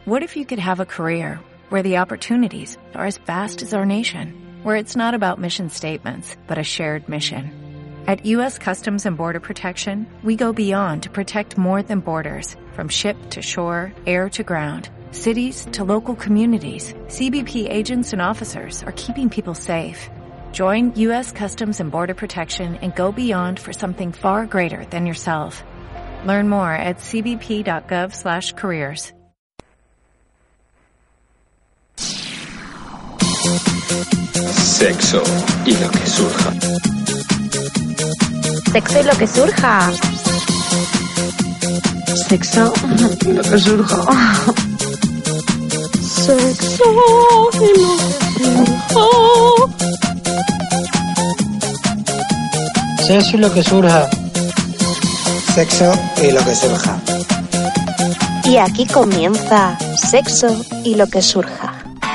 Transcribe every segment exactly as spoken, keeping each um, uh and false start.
What if you could have a career where the opportunities are as vast as our nation, where it's not about mission statements, but a shared mission? At U S Customs and Border Protection, we go beyond to protect more than borders, from ship to shore, air to ground, cities to local communities. C B P agents and officers are keeping people safe. Join U S Customs and Border Protection and go beyond for something far greater than yourself. Learn more at c b p dot gov slash careers. Sexo y lo que surja. Sexo y lo que surja. Sexo y lo que surja. Sexo y lo que surja. Sexo y lo que surja. Sexo y lo que surja. Y aquí comienza Sexo y lo que surja.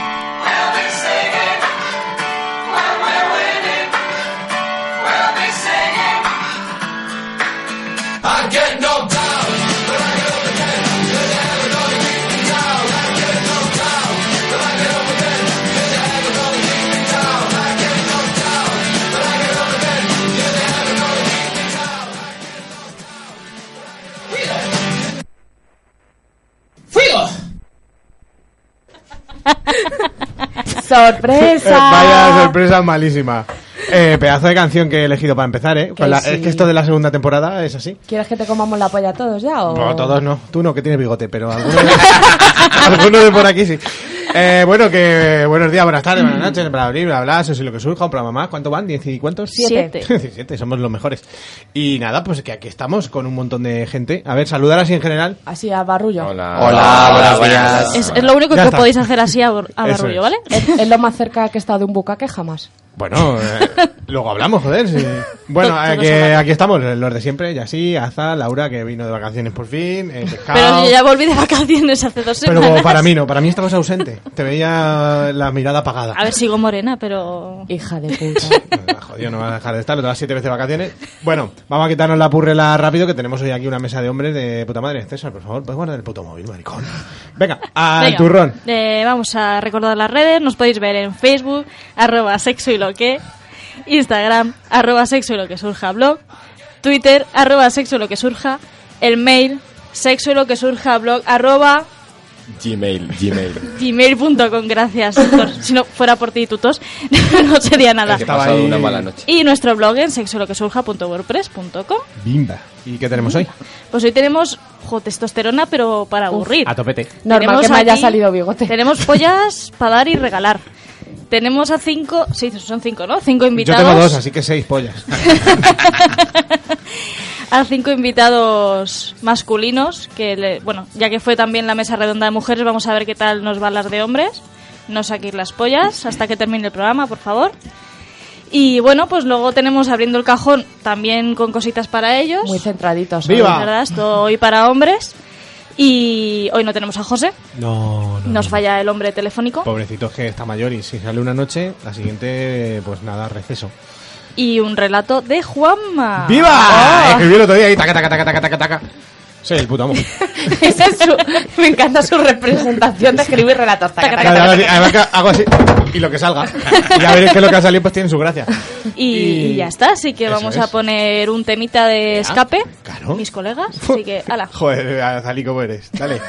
¡Sorpresa! Vaya sorpresa malísima. Eh, pedazo de canción que he elegido para empezar, ¿eh? Que La, sí. Es que esto de la segunda temporada es así. ¿Quieres que te comamos la polla todos ya o...? No, todos no. Tú no, que tienes bigote, pero alguno de, alguno de por aquí sí. Eh, bueno, que buenos días, buenas tardes, buenas noches, bla, bla, bla, bla, eso es lo que surja, un programa más. ¿Cuánto van? ¿Diez y cuántos? Siete. Diecisiete, somos los mejores. Y nada, pues que aquí estamos con un montón de gente. A ver, saludar así en general. Así a barrullo. Hola, Hola, buenos días. Es, es lo único Ya que está. podéis hacer así a, a Eso barullo, es. ¿vale? Es, es lo más cerca que he estado de un bucaque jamás. Bueno, eh, luego hablamos, joder. Sí. Bueno, Todo- eh, todo que sobre. aquí estamos, los de siempre, Yassi, Aza, Laura, que vino de vacaciones por fin, eh, Pescado. Pero yo ya volví de vacaciones hace dos Pero semanas. para mí no, para mí estabas ausente. Te veía la mirada apagada. A ver, sigo morena, pero... Hija de puta. No, jodido, no vas a dejar de estar, todas las siete veces de vacaciones. Bueno, vamos a quitarnos la purrela rápido, que tenemos hoy aquí una mesa de hombres de puta madre. César, por favor, puedes guardar el puto móvil, maricón. Venga, al Venga, turrón. eh, vamos a recordar las redes. Nos podéis ver en Facebook, arroba sexo y lo que... Instagram, arroba sexo y lo que surja blog, Twitter, arroba sexo y lo que surja, el mail, sexo y lo que surja blog, arroba Gmail, Gmail. gmail punto com. Gracias, tutor. Si no fuera por ti, tutos, no sería nada. Es que he Estaba pasado ahí- una mala noche. Y nuestro blog en sexo y lo que surja punto wordpress punto com. Bimba. ¿Y qué tenemos hoy? Pues hoy tenemos jo, testosterona, pero para aburrir. A topete. Normal Tenemos que me haya aquí- salido bigote. Tenemos pollas para dar y regalar. Tenemos a cinco, sí, son cinco, ¿no? Cinco Yo invitados. tengo dos, así que seis pollas. A cinco invitados masculinos, que le- bueno, ya que fue también la mesa redonda de mujeres, vamos a ver qué tal nos van las de hombres. No saquéis las pollas hasta que termine el programa, por favor. Y bueno, pues luego tenemos abriendo el cajón también con cositas para ellos. Muy centraditos. ¡Viva! Es verdad, esto hoy para hombres. Y hoy no tenemos a José, No, no. nos no. falla el hombre telefónico. Pobrecito, es que está mayor y si sale una noche, la siguiente, pues nada, receso. Y un relato de Juanma. ¡Viva! ¡Oh! Escribió el otro día ahí, taca, taca, taca, taca, taca, taca. Soy el puto amo. Esa es su- me encanta su representación de escribir relatos. Taca, taca, taca, taca. Además que hago así y lo que salga. Y ya veréis que lo que ha salido pues tiene su gracia. Y, Y- y ya está, así que Eso vamos es. a poner un temita de Ya, escape. claro. Mis colegas. Así que, ala. Joder, Azalí, ¿cómo eres? Dale.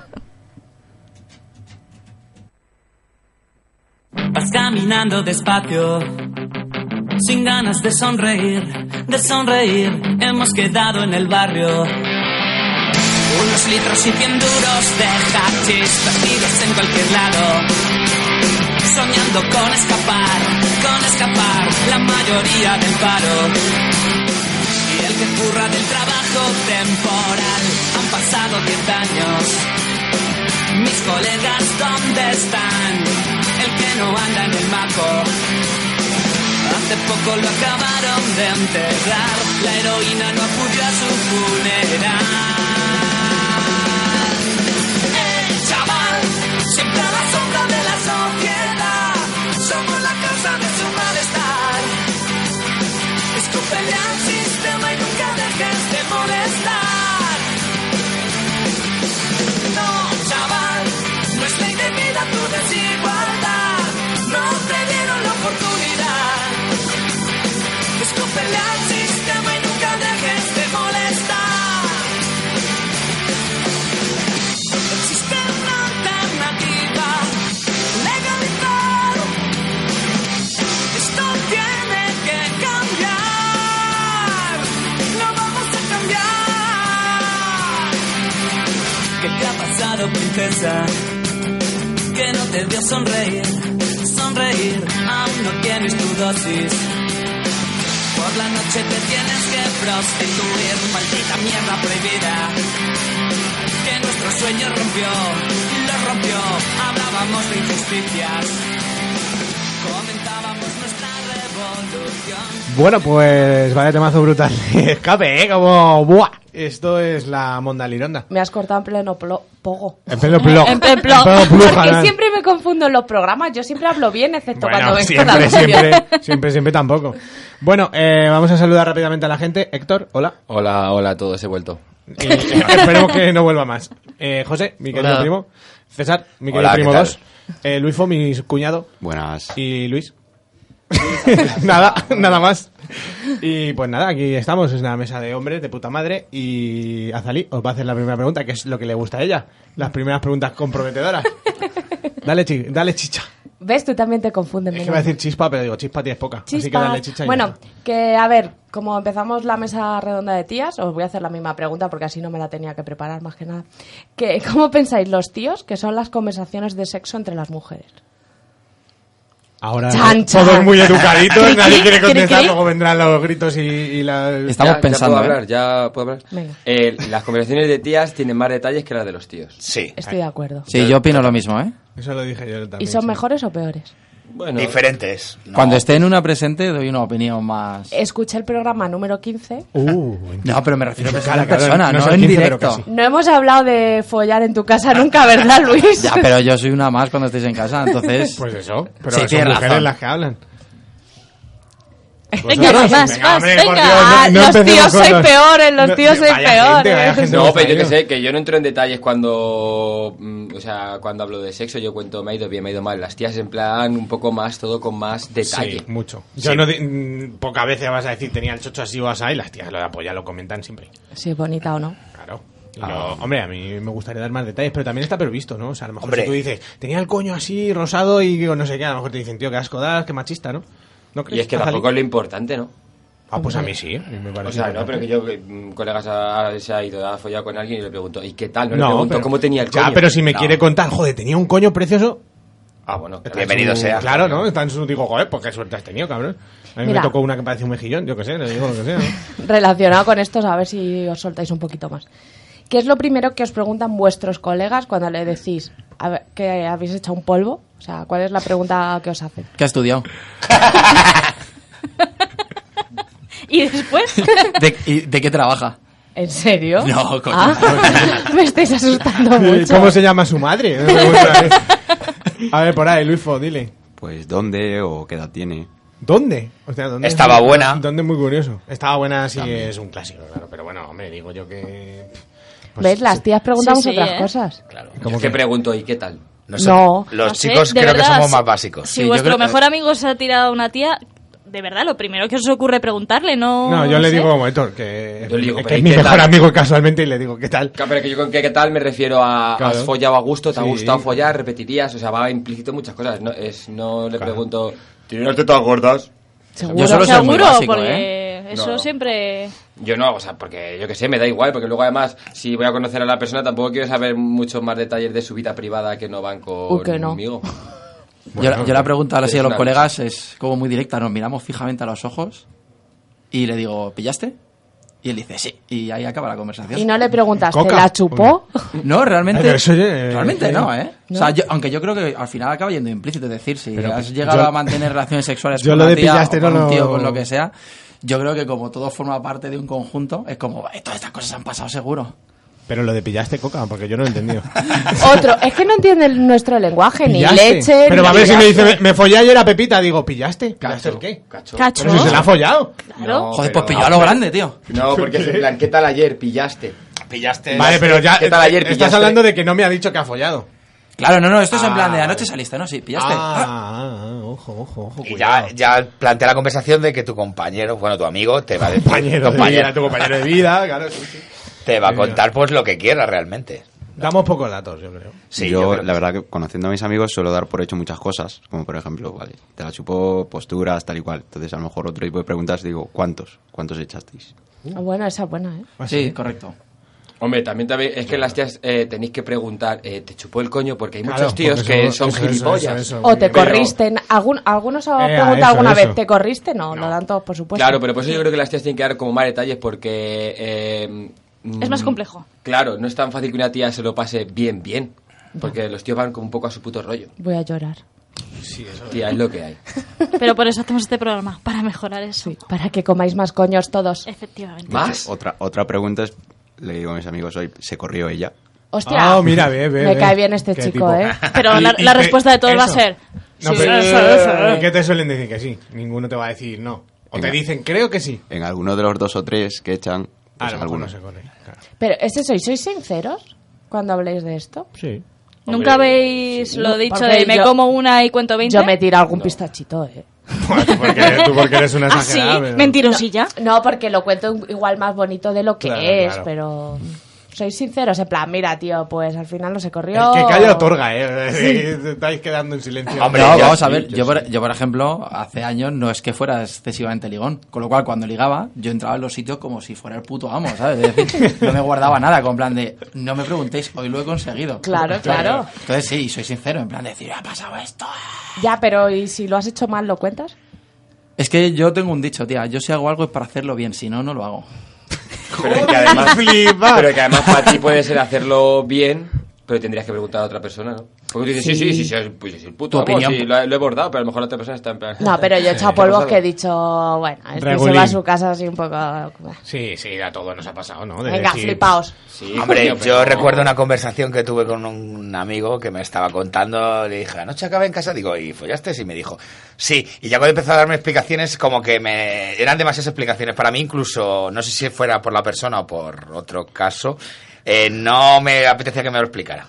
Vas caminando despacio, sin ganas de sonreír, de sonreír. Hemos quedado en el barrio. Unos litros y cien duros de hachís perdidos en cualquier lado. Soñando con escapar, con escapar la mayoría del paro. Y el que curra del trabajo temporal. Han pasado diez años. Mis colegas, ¿dónde están? El que no anda en el maco. Hace poco lo acabaron de enterrar. La heroína no acudió a su funeral. ¡Eh, chaval! Siempre a la sombra de la sociedad. Somos la causa de su malestar. Escúpele al sistema y nunca dejes de molestar. No, chaval, besado, princesa, que no te dio sonreír, sonreír, aún no tienes tu dosis. Por la noche te tienes que prostituir, maldita mierda prohibida, que nuestro sueño rompió, lo rompió, hablábamos de injusticias, comentábamos nuestra revolución. Bueno, pues vaya temazo brutal. Escape, ¿eh? Como... ¡Buah! Esto es la Monda Lironda. Me has cortado en pleno plo- pogo. En pleno blog. En pleno En pleno plug, Porque Ana. siempre me confundo en los programas. Yo siempre hablo bien, excepto Bueno, cuando vengo siempre, la radio. siempre, siempre, siempre tampoco. Bueno, eh, vamos a saludar rápidamente a la gente. Héctor, hola. Hola, hola a todos, he vuelto. Y, eh, esperemos que no vuelva más. Eh, José, mi querido Hola. primo. César, mi querido Hola, ¿qué primo tal? dos. Eh, Luifo, mi cuñado. Buenas. Y Luis. nada, nada más. Y pues nada, aquí estamos, es una mesa de hombres de puta madre. Y Azalí os va a hacer la primera pregunta, que es lo que le gusta a ella. Las primeras preguntas comprometedoras. Dale, chi, dale chicha. ¿Ves? Tú también te confundes. Es que menos. iba a decir chispa, pero digo, chispa tienes poca. Así que Chispas. dale chicha. y Bueno, ya está. que a ver, como empezamos la mesa redonda de tías, os voy a hacer la misma pregunta porque así no me la tenía que preparar más que nada. Que, ¿cómo pensáis los tíos que son las conversaciones de sexo entre las mujeres? Ahora Chan, todos chan. muy educaditos, nadie quiere Cri, contestar, cri. luego vendrán los gritos y, y la... Estamos ya, pensando, ya puedo ¿eh? hablar, ya puedo hablar. Venga. Eh, las conversaciones de tías tienen más detalles que las de los tíos. Sí. Estoy de acuerdo. Sí, yo opino lo mismo, ¿eh? Eso lo dije yo también. ¿Y son sí. mejores o peores? Bueno, Diferentes. No. Cuando esté en una presente doy una opinión más... Escuché el programa número quince. Uh, No, pero me refiero a Claro, persona, claro, persona, no no, es el en quince, pero directo. casi. No hemos hablado de follar en tu casa nunca, ¿verdad, Luis? Ya, pero yo soy una más cuando estéis en casa, entonces... Pues eso, pero Sí, son tienes mujeres razón. las que hablan. Venga, Vosotros, más, venga, más, hombre, por venga. Dios, Ah, los empecemos tíos con soy los- peores, los No, tíos soy vaya gente, vaya peores. gente no, hemos pero yo que traído. sé, que yo no entro en detalles cuando, mm, o sea, cuando hablo de sexo, yo cuento me ha ido bien, me ha ido mal. Las tías en plan un poco más, todo con más detalle. Sí, mucho. Yo no di- mm, pocas veces vas a decir tenía el chocho así o así y las tías lo de apoyar lo comentan siempre. Si es bonita o no. Claro. Y lo- hombre, a mí me gustaría dar más detalles, pero también está previsto, ¿no? O sea, a lo mejor Hombre. si tú dices, tenía el coño así, rosado y digo, no sé qué, a lo mejor te dicen, tío, qué asco das, qué machista, ¿no? ¿No crees? Y es que Azalí? tampoco es lo importante, ¿no? Ah, pues a mí sí, a mí me parece O sea, no, importante. pero que yo, que, mm, colegas, ha- se ha ido a follar con alguien y le pregunto, ¿y qué tal? No, le No, pregunto pero- cómo tenía el Ya, coño. pero si me No. quiere contar, joder, tenía un coño precioso. Ah, bueno, está en Bienvenido su- sea. Claro, ¿no? Está en su... Digo, joder, pues qué suerte has tenido, cabrón. A mí Mira. me tocó una que parece un mejillón, yo qué sé, le digo lo que sea, ¿no? Relacionado con esto, a ver si os soltáis un poquito más. ¿Qué es lo primero que os preguntan vuestros colegas cuando le decís a ver, que habéis hecho un polvo? O sea, ¿cuál es la pregunta que os hacen? ¿Qué ha estudiado? Y después, ¿De, y, ¿de qué trabaja? ¿En serio? No, coño. Ah, me estáis asustando mucho. ¿Cómo se llama su madre? Me pregunta, ¿eh? A ver, por ahí, Luisfo, dile. Pues dónde o qué edad tiene. ¿Dónde? O sea, ¿dónde Estaba buena. ¿Dónde? Muy curioso. Estaba buena, sí, es un clásico, claro. Pero bueno, hombre, digo yo que... pues, ¿Ves? Las tías preguntamos Sí, sí, otras ¿eh? cosas. Claro. ¿Cómo Es que que? pregunto, ¿y qué tal? Nosotros- No. Los no sé, chicos de creo que verdad, somos si- más básicos. Si Sí, yo vuestro creo- mejor amigo se ha tirado a una tía, de verdad, lo primero que os ocurre preguntarle, no. No, yo le sé. digo como Héctor, que, Yo le digo, que pero es ¿y mi qué mejor tal? amigo casualmente y le digo, ¿qué tal? Claro, pero que yo con qué, qué tal me refiero a Claro. has follado a gusto, te ha Sí. gustado follar, repetirías, o sea, va implícito muchas cosas. No, es, no le Claro. pregunto, ¿tienes las tetas gordas? Seguro. Yo solo soy muy Seguro, básico, porque ¿eh? eso No, no. siempre. Yo no, o sea, porque yo que sé, me da igual, porque luego además, si voy a conocer a la persona, tampoco quiero saber muchos más detalles de su vida privada que no van Uy, que no. conmigo. yo, yo la pregunta ahora sí a es los una colegas es como muy directa. Nos miramos fijamente a los ojos y le digo, ¿pillaste? Y él dice, sí. Y ahí acaba la conversación. Y no le preguntas, ¿te Coca. la chupó? No, realmente. Ay, pero eso, eh, realmente eh, no, ¿eh? ¿no? O sea, yo- aunque yo creo que al final acaba yendo implícito. Es decir, si Pero has que llegado yo- a mantener relaciones sexuales yo con lo una de tía pillaste o con no un tío, lo- con lo que sea, yo creo que como todo forma parte de un conjunto, es como, "Eh, todas estas cosas han pasado seguro". Pero lo de pillaste coca, porque yo no lo he entendido. Otro, es que no entienden nuestro lenguaje, ni ¿Pillaste? leche. Pero ni a ver si me pillaste. dice, me, me follé ayer a Pepita, digo, ¿pillaste? ¿Pillaste el qué? Cacho. Cacho. Pero si se la ha follado. Claro. No, Joder, pero- pues pilló a lo grande, tío. No, porque es en plan, ¿qué tal ayer? Pillaste. Pillaste. Vale, pero ya ¿Qué tal ayer? estás ¿Pillaste? hablando de que no me ha dicho que ha follado. Claro, no, no, esto es en Ah, plan de vale. anoche saliste, ¿no? Sí, pillaste. Ah, Ah. ah, ah, ojo, ojo, ojo. Y cuidado. ya, ya plantea la conversación de que tu compañero, bueno, tu amigo, te va a decir. Compañero de compañero, vida, tu compañero de vida, claro. Sí, sí. te va a contar pues lo que quiera realmente. Damos pocos datos, yo creo. Sí, yo, yo creo la que verdad, que conociendo a mis amigos suelo dar por hecho muchas cosas, como por ejemplo, vale, te la chupó, posturas, tal y cual. Entonces, a lo mejor otro tipo de preguntas digo, ¿cuántos? ¿Cuántos echasteis? Ah, bueno, esa es buena, ¿eh? ¿Ah, Sí, correcto. Hombre, también, también es que las tías eh, tenéis que preguntar, eh, ¿te chupó el coño? Porque hay Claro, muchos tíos porque que eso- son eso, gilipollas. eso, eso, O te Pero- corriste. ¿Algún, ¿Algunos os Eh, preguntado eso, alguna eso. vez, ¿te corriste? No, lo dan todos, por supuesto. Claro, pero por eso yo creo que las tías tienen que dar como más detalles porque... eh, Es más mm, complejo. Claro, no es tan fácil que una tía se lo pase bien, bien. Porque los tíos van como un poco a su puto rollo. Voy a llorar. Sí, eso. Tía, es lo que hay. Pero por eso hacemos este programa, para mejorar eso. Para que comáis más coños todos. Efectivamente. ¿Más? Otra, otra pregunta es, le digo a mis amigos hoy, ¿se corrió ella? Hostia. Ah, mira, ve, ve, Me ve. cae bien este Qué chico, tipo. ¿eh? Pero Y- la, y la te- respuesta de todos va a eso. ser... No, sí, pero eso, eso. ¿y qué te suelen decir que sí? Ninguno te va a decir no. O te Venga. dicen, creo que sí. En alguno de los dos o tres que echan, Ah, pues a lo mejor alguno. no se corre. Claro. Pero es eso, ¿y sois sinceros cuando habléis de esto? Sí. ¿Nunca habéis lo No, dicho porque de me yo- como una y cuento veinte? Yo me tiro algún pistachito, ¿eh? Bueno, tú, porque, tú porque eres una ¿Ah, sí? exagerada. pero- Mentirosilla. No, porque lo cuento igual más bonito de lo que Claro, es, claro. pero... Sois sinceros, en plan, mira, tío, pues al final no se El corrió. que calla otorga, ¿eh? Te estáis quedando en silencio. Hombre, No, yo vamos a sí, ver, yo yo, por, sí. yo por ejemplo, hace años no es que fuera excesivamente ligón, con lo cual cuando ligaba, yo entraba en los sitios como si fuera el puto amo, ¿sabes? Es decir, no me guardaba nada, con plan de, no me preguntéis, hoy lo he conseguido. Claro, claro. Entonces sí, soy sincero, en plan de decir, ha pasado esto. Ya, pero ¿y si lo has hecho mal, lo cuentas? Es que yo tengo un dicho, tía, yo si hago algo es para hacerlo bien, si no, no lo hago. Pero que además, Flipa. pero que además para ti puede ser hacerlo bien, pero tendrías que preguntar a otra persona, ¿no? Porque tú dices, sí, sí, sí, sí, sí, pues es el puto Tu amo, opinión. sí, lo, he- lo he bordado, pero a lo mejor la otra persona está en plan... No, pero yo he echado ¿qué ha polvos pasado? que he dicho, bueno, este se Regulín. va a su casa así un poco... Sí, sí, a todos nos ha pasado, ¿no? De Venga, decir, flipaos. Sí, Hombre, coño, yo pero- recuerdo una conversación que tuve con un amigo que me estaba contando, le dije, anoche acabé en casa, digo, ¿y follaste? Y me dijo, sí, y ya cuando empezó a darme explicaciones, como que me eran demasiadas explicaciones para mí, incluso, no sé si fuera por la persona o por otro caso, eh, no me apetecía que me lo explicara.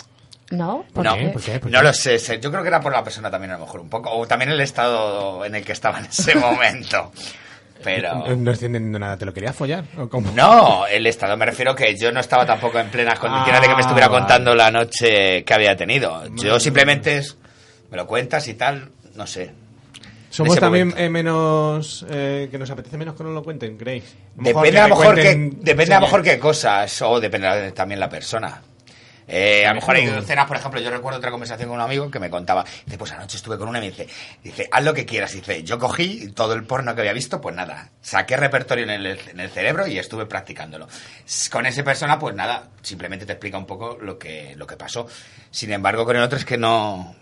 ¿No? ¿Por No, qué? ¿Por qué? ¿Por no qué? lo sé, sé, yo creo que era por la persona también a lo mejor un poco, o también el estado en el que estaba en ese momento, pero... No, no estoy entendiendo nada, ¿te lo querías follar? ¿O cómo? No, el estado me refiero que yo no estaba tampoco en plenas condiciones de que me estuviera Ah, vale. contando la noche que había tenido. Yo simplemente es, me lo cuentas y tal, no sé. Somos ese también momento. eh, menos... Eh, que nos apetece menos que nos lo cuenten, ¿creéis? A lo mejor Depende a que lo te mejor que cuenten- depende a lo sí, mejor qué cosas o depende de- también la persona. Eh, a lo mejor hay Claro. cenas, por ejemplo, yo recuerdo otra conversación con un amigo que me contaba, dice, pues anoche estuve con una y me dice, dice, haz lo que quieras, dice, yo cogí todo el porno que había visto, pues nada, saqué repertorio en el, en el cerebro y estuve practicándolo. S- Con esa persona, pues nada, simplemente te explica un poco lo que, lo que pasó. Sin embargo, con el otro es que no,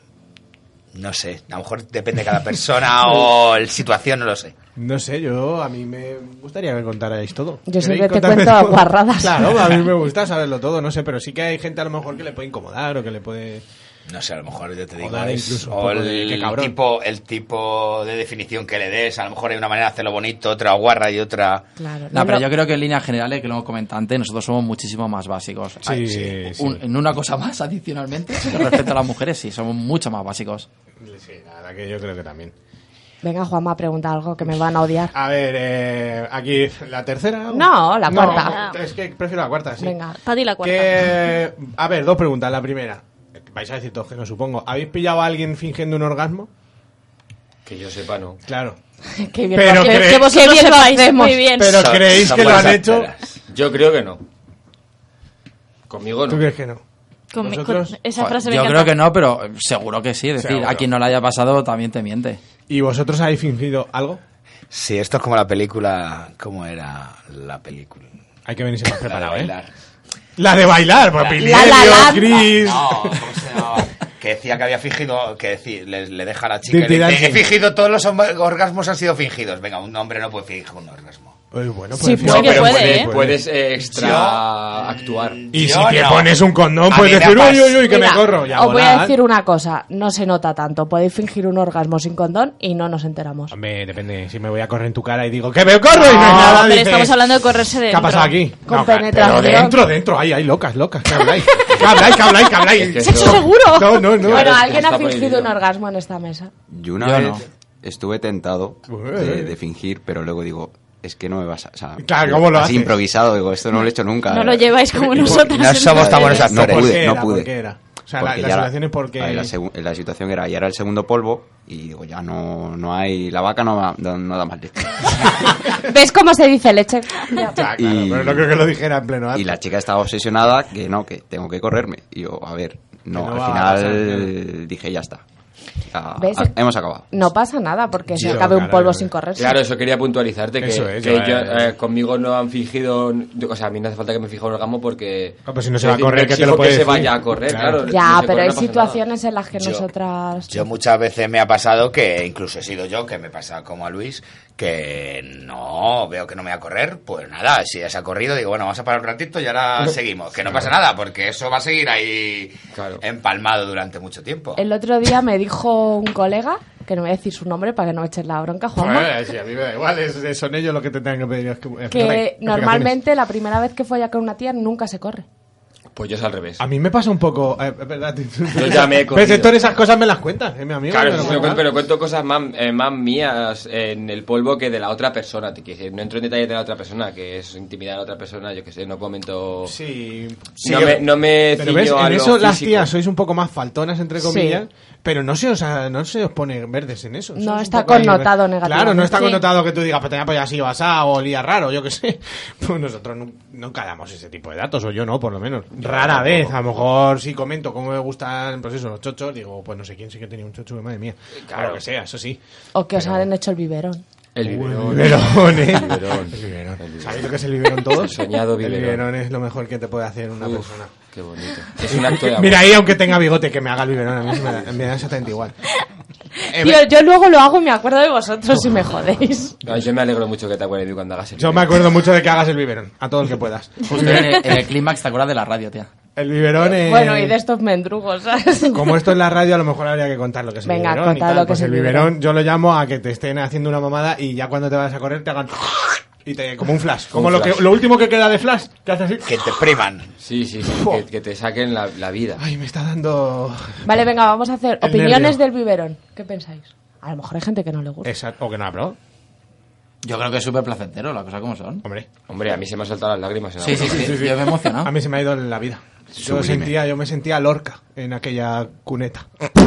no sé, a lo mejor depende de cada persona o la situación, no lo sé. No sé, yo a mí me gustaría que me contarais todo. Yo ¿Queréis siempre te contarme cuento todo? guarradas. Claro, a mí me gusta saberlo todo, no sé, pero sí que hay gente a lo mejor que le puede incomodar o que le puede... No sé, a lo mejor yo te digo, dar es- incluso un o poco de, el "Qué cabrón". tipo, el tipo de definición que le des, a lo mejor hay una manera de hacerlo bonito, otra guarra y otra... Claro. No, pero yo creo que en líneas generales, que lo hemos comentado antes, nosotros somos muchísimo más básicos. Sí, Ay, sí. Un- en una cosa más, adicionalmente, con respecto a las mujeres, sí, somos mucho más básicos. Sí, la verdad que yo creo que también. Venga, Juanma, pregunta algo que me van a odiar. A ver, eh, aquí, ¿la tercera? No, la cuarta. Es que prefiero la cuarta, sí. Venga. Para ti la cuarta. Que, a ver, dos preguntas. La primera, vais a decir todos que no, supongo. ¿Habéis pillado a alguien fingiendo un orgasmo? Que yo sepa, no. Claro. Qué bien, Pero que, cree- que vosotros Qué bien lo sepáis. hacemos. Muy bien. Pero Son- ¿creéis son que lo han buenas hecho? actoras. Yo creo que no. Conmigo ¿Tú no. crees que no? Con mi- ¿Vosotros? con- esa frase me Yo encanta. creo que no, pero seguro que sí. Es decir, Seguro. a quien no le haya pasado también te miente. ¿Y vosotros habéis fingido algo? Sí, esto es como la película... ¿Cómo era la película? Hay que venirse más La de preparado, ¿eh? bailar. La de bailar, pues La- Pilielio, La La Land. Chris... No, ¿cómo se llamaba? Que decía que había fingido, que decía, le, le deja a la chica y Dirty le dice, he Dancing. fingido, todos los hom- orgasmos han sido fingidos. Venga, un hombre no puede fingir un orgasmo. Uy, bueno, Sí, pues, pues sí que pero puede, puedes, ¿eh? puedes eh, extra actuar. Y Yo si te no. pones un condón, A puedes mí me decir, ha uy, pas- uy, uy, que Mira, me corro. Ya, os voy a volad. decir una cosa, no se nota tanto. Podéis fingir un orgasmo sin condón y no nos enteramos. Hombre, depende. Si me voy a correr en tu cara y digo, ¡que me corro! Y no hay No, nada, pero dices, estamos hablando de correrse ¿qué dentro. ha pasado aquí? Con No, claro, penetración. Pero dentro, dentro. Ay, ay, locas, locas. ¿Qué habláis? ¿Qué habláis? ¿Qué habláis? ¿Qué habláis? Es que ¡Sexo eso- seguro! No, no, no. Bueno, es que ¿alguien está ha fingido prohibido. un orgasmo en esta mesa? Yo una Yo vez no. estuve tentado Ué. de, de fingir, pero luego digo, es que no me vas a... O sea, Claro, ¿cómo lo así haces? improvisado, digo, esto no lo he hecho nunca. No lo lleváis como nosotros. No somos tan buenos No actores. pude, ¿Por qué no era? pude. ¿Por qué era? O sea, la, la ya situación es porque... La, la, segu- la situación era, ya era el segundo polvo y digo, ya no, no hay... La vaca no, va- no, no da más leche. ¿Ves cómo se dice leche? Ya. Ah, claro, Y- pero no creo que lo dijera en pleno acto. Y la chica estaba obsesionada que no, que tengo que correrme. Y yo, a ver, no, Que no al va a final pasar, claro. dije, ya está. Ya, ¿Ves? ha- hemos acabado. No pasa nada porque se Yo, acabe un claro, polvo claro. sin correrse. Claro, eso quería puntualizarte, que, Eso es, que yo, yo, eh, eh, conmigo no han fingido, o sea, a mí no hace falta que me fije un orgasmo porque... Ah, pues si no se es va a decir, correr, no que te exijo lo puede que se decir. vaya a correr, Claro. claro. Ya, no se pero corre, hay no pasa situaciones en las que Yo- nosotras... Yo muchas veces me ha pasado que, incluso he sido yo, que me pasa como a Luis, que no, veo que no me va a correr, pues nada, si ya se ha corrido, digo, bueno, vamos a parar un ratito y ahora seguimos. Que no pasa nada, porque eso va a seguir ahí Claro. empalmado durante mucho tiempo. El otro día me dijo un colega, que no voy a decir su nombre para que no me eches la bronca, Juanma, Joder, sí, a mí me da igual, es- es- son ellos los que te tengan que pedir explicaciones. que normalmente la primera vez que folla con una tía nunca se corre. Pues yo es al revés. A mí me pasa un poco... Eh, es verdad, Yo ya me he Pero corrido. todas esas cosas me las cuentas, eh, mi amigo. Claro, me lo sí, pero, cuenta. pero cuento cosas más, eh, más mías en el polvo que de la otra persona. Te quiero decir, no entro en detalles de la otra persona, que es intimidad de la otra persona, yo que sé, no comento... Sí, no, me, no me pero ciño ves, a en lo eso las físico. tías sois un poco más faltonas, entre Sí. comillas, pero no se os ha- no se os pone verdes en eso. No Sois un está poco ahí, connotado ¿verdad? negativamente. Claro, no está Sí. connotado que tú digas, pues tenía pues así o asá, o olía raro, yo que sé. Pues nosotros nu- nunca damos ese tipo de datos, o yo no, por lo menos. Rara vez, a lo mejor si comento cómo me gustan, pues eso, los chochos, digo, pues no sé quién sí que tenía un chocho, madre mía. Claro. O lo que sea, eso sí. O que os han hecho el biberón. El Uy, biberón. el biberón, ¿eh? El biberón. El biberón. El biberón. ¿Sabéis lo que es el biberón todos? El soñado El biberón. biberón es lo mejor que te puede hacer una Uf, persona. qué bonito. Es un acto de amor. Mira ahí, aunque tenga bigote, que me haga el biberón, a mí se me da, me da exactamente igual. Eh, Tío, yo luego lo hago y me acuerdo de vosotros y me jodéis. No, yo me alegro mucho que te acuerdes de mí cuando hagas el Yo me acuerdo mucho de que hagas el biberón, a todo el que puedas. Justo en el, en el clímax, ¿te acuerdas de la radio, tía? El biberón es... Bueno, y de estos mendrugos, ¿sabes? Como esto es la radio, a lo mejor habría que contar lo que es el Venga, biberón y contad tal. lo que Pues es el el biberón, biberón. yo lo llamo a que te estén haciendo una mamada y ya cuando te vas a correr te hagan... Y te, como un flash. Como Un lo, flash. que, lo último que queda de flash, que hace así... Que te priman. Sí, sí, sí, Fua. que, que te saquen la, la vida. Ay, me está dando... Vale, venga, vamos a hacer El opiniones nervio. del biberón. ¿Qué pensáis? A lo mejor hay gente que no le gusta. Exacto, o que no ha probado. Yo creo que es súper placentero, las cosas como son. Hombre. Hombre, a mí se me han saltado las lágrimas en la Sí, sí, boca. sí, yo me he emocionado. A mí se me ha ido la vida. Yo Sublime. sentía, yo me sentía Lorca en aquella cuneta.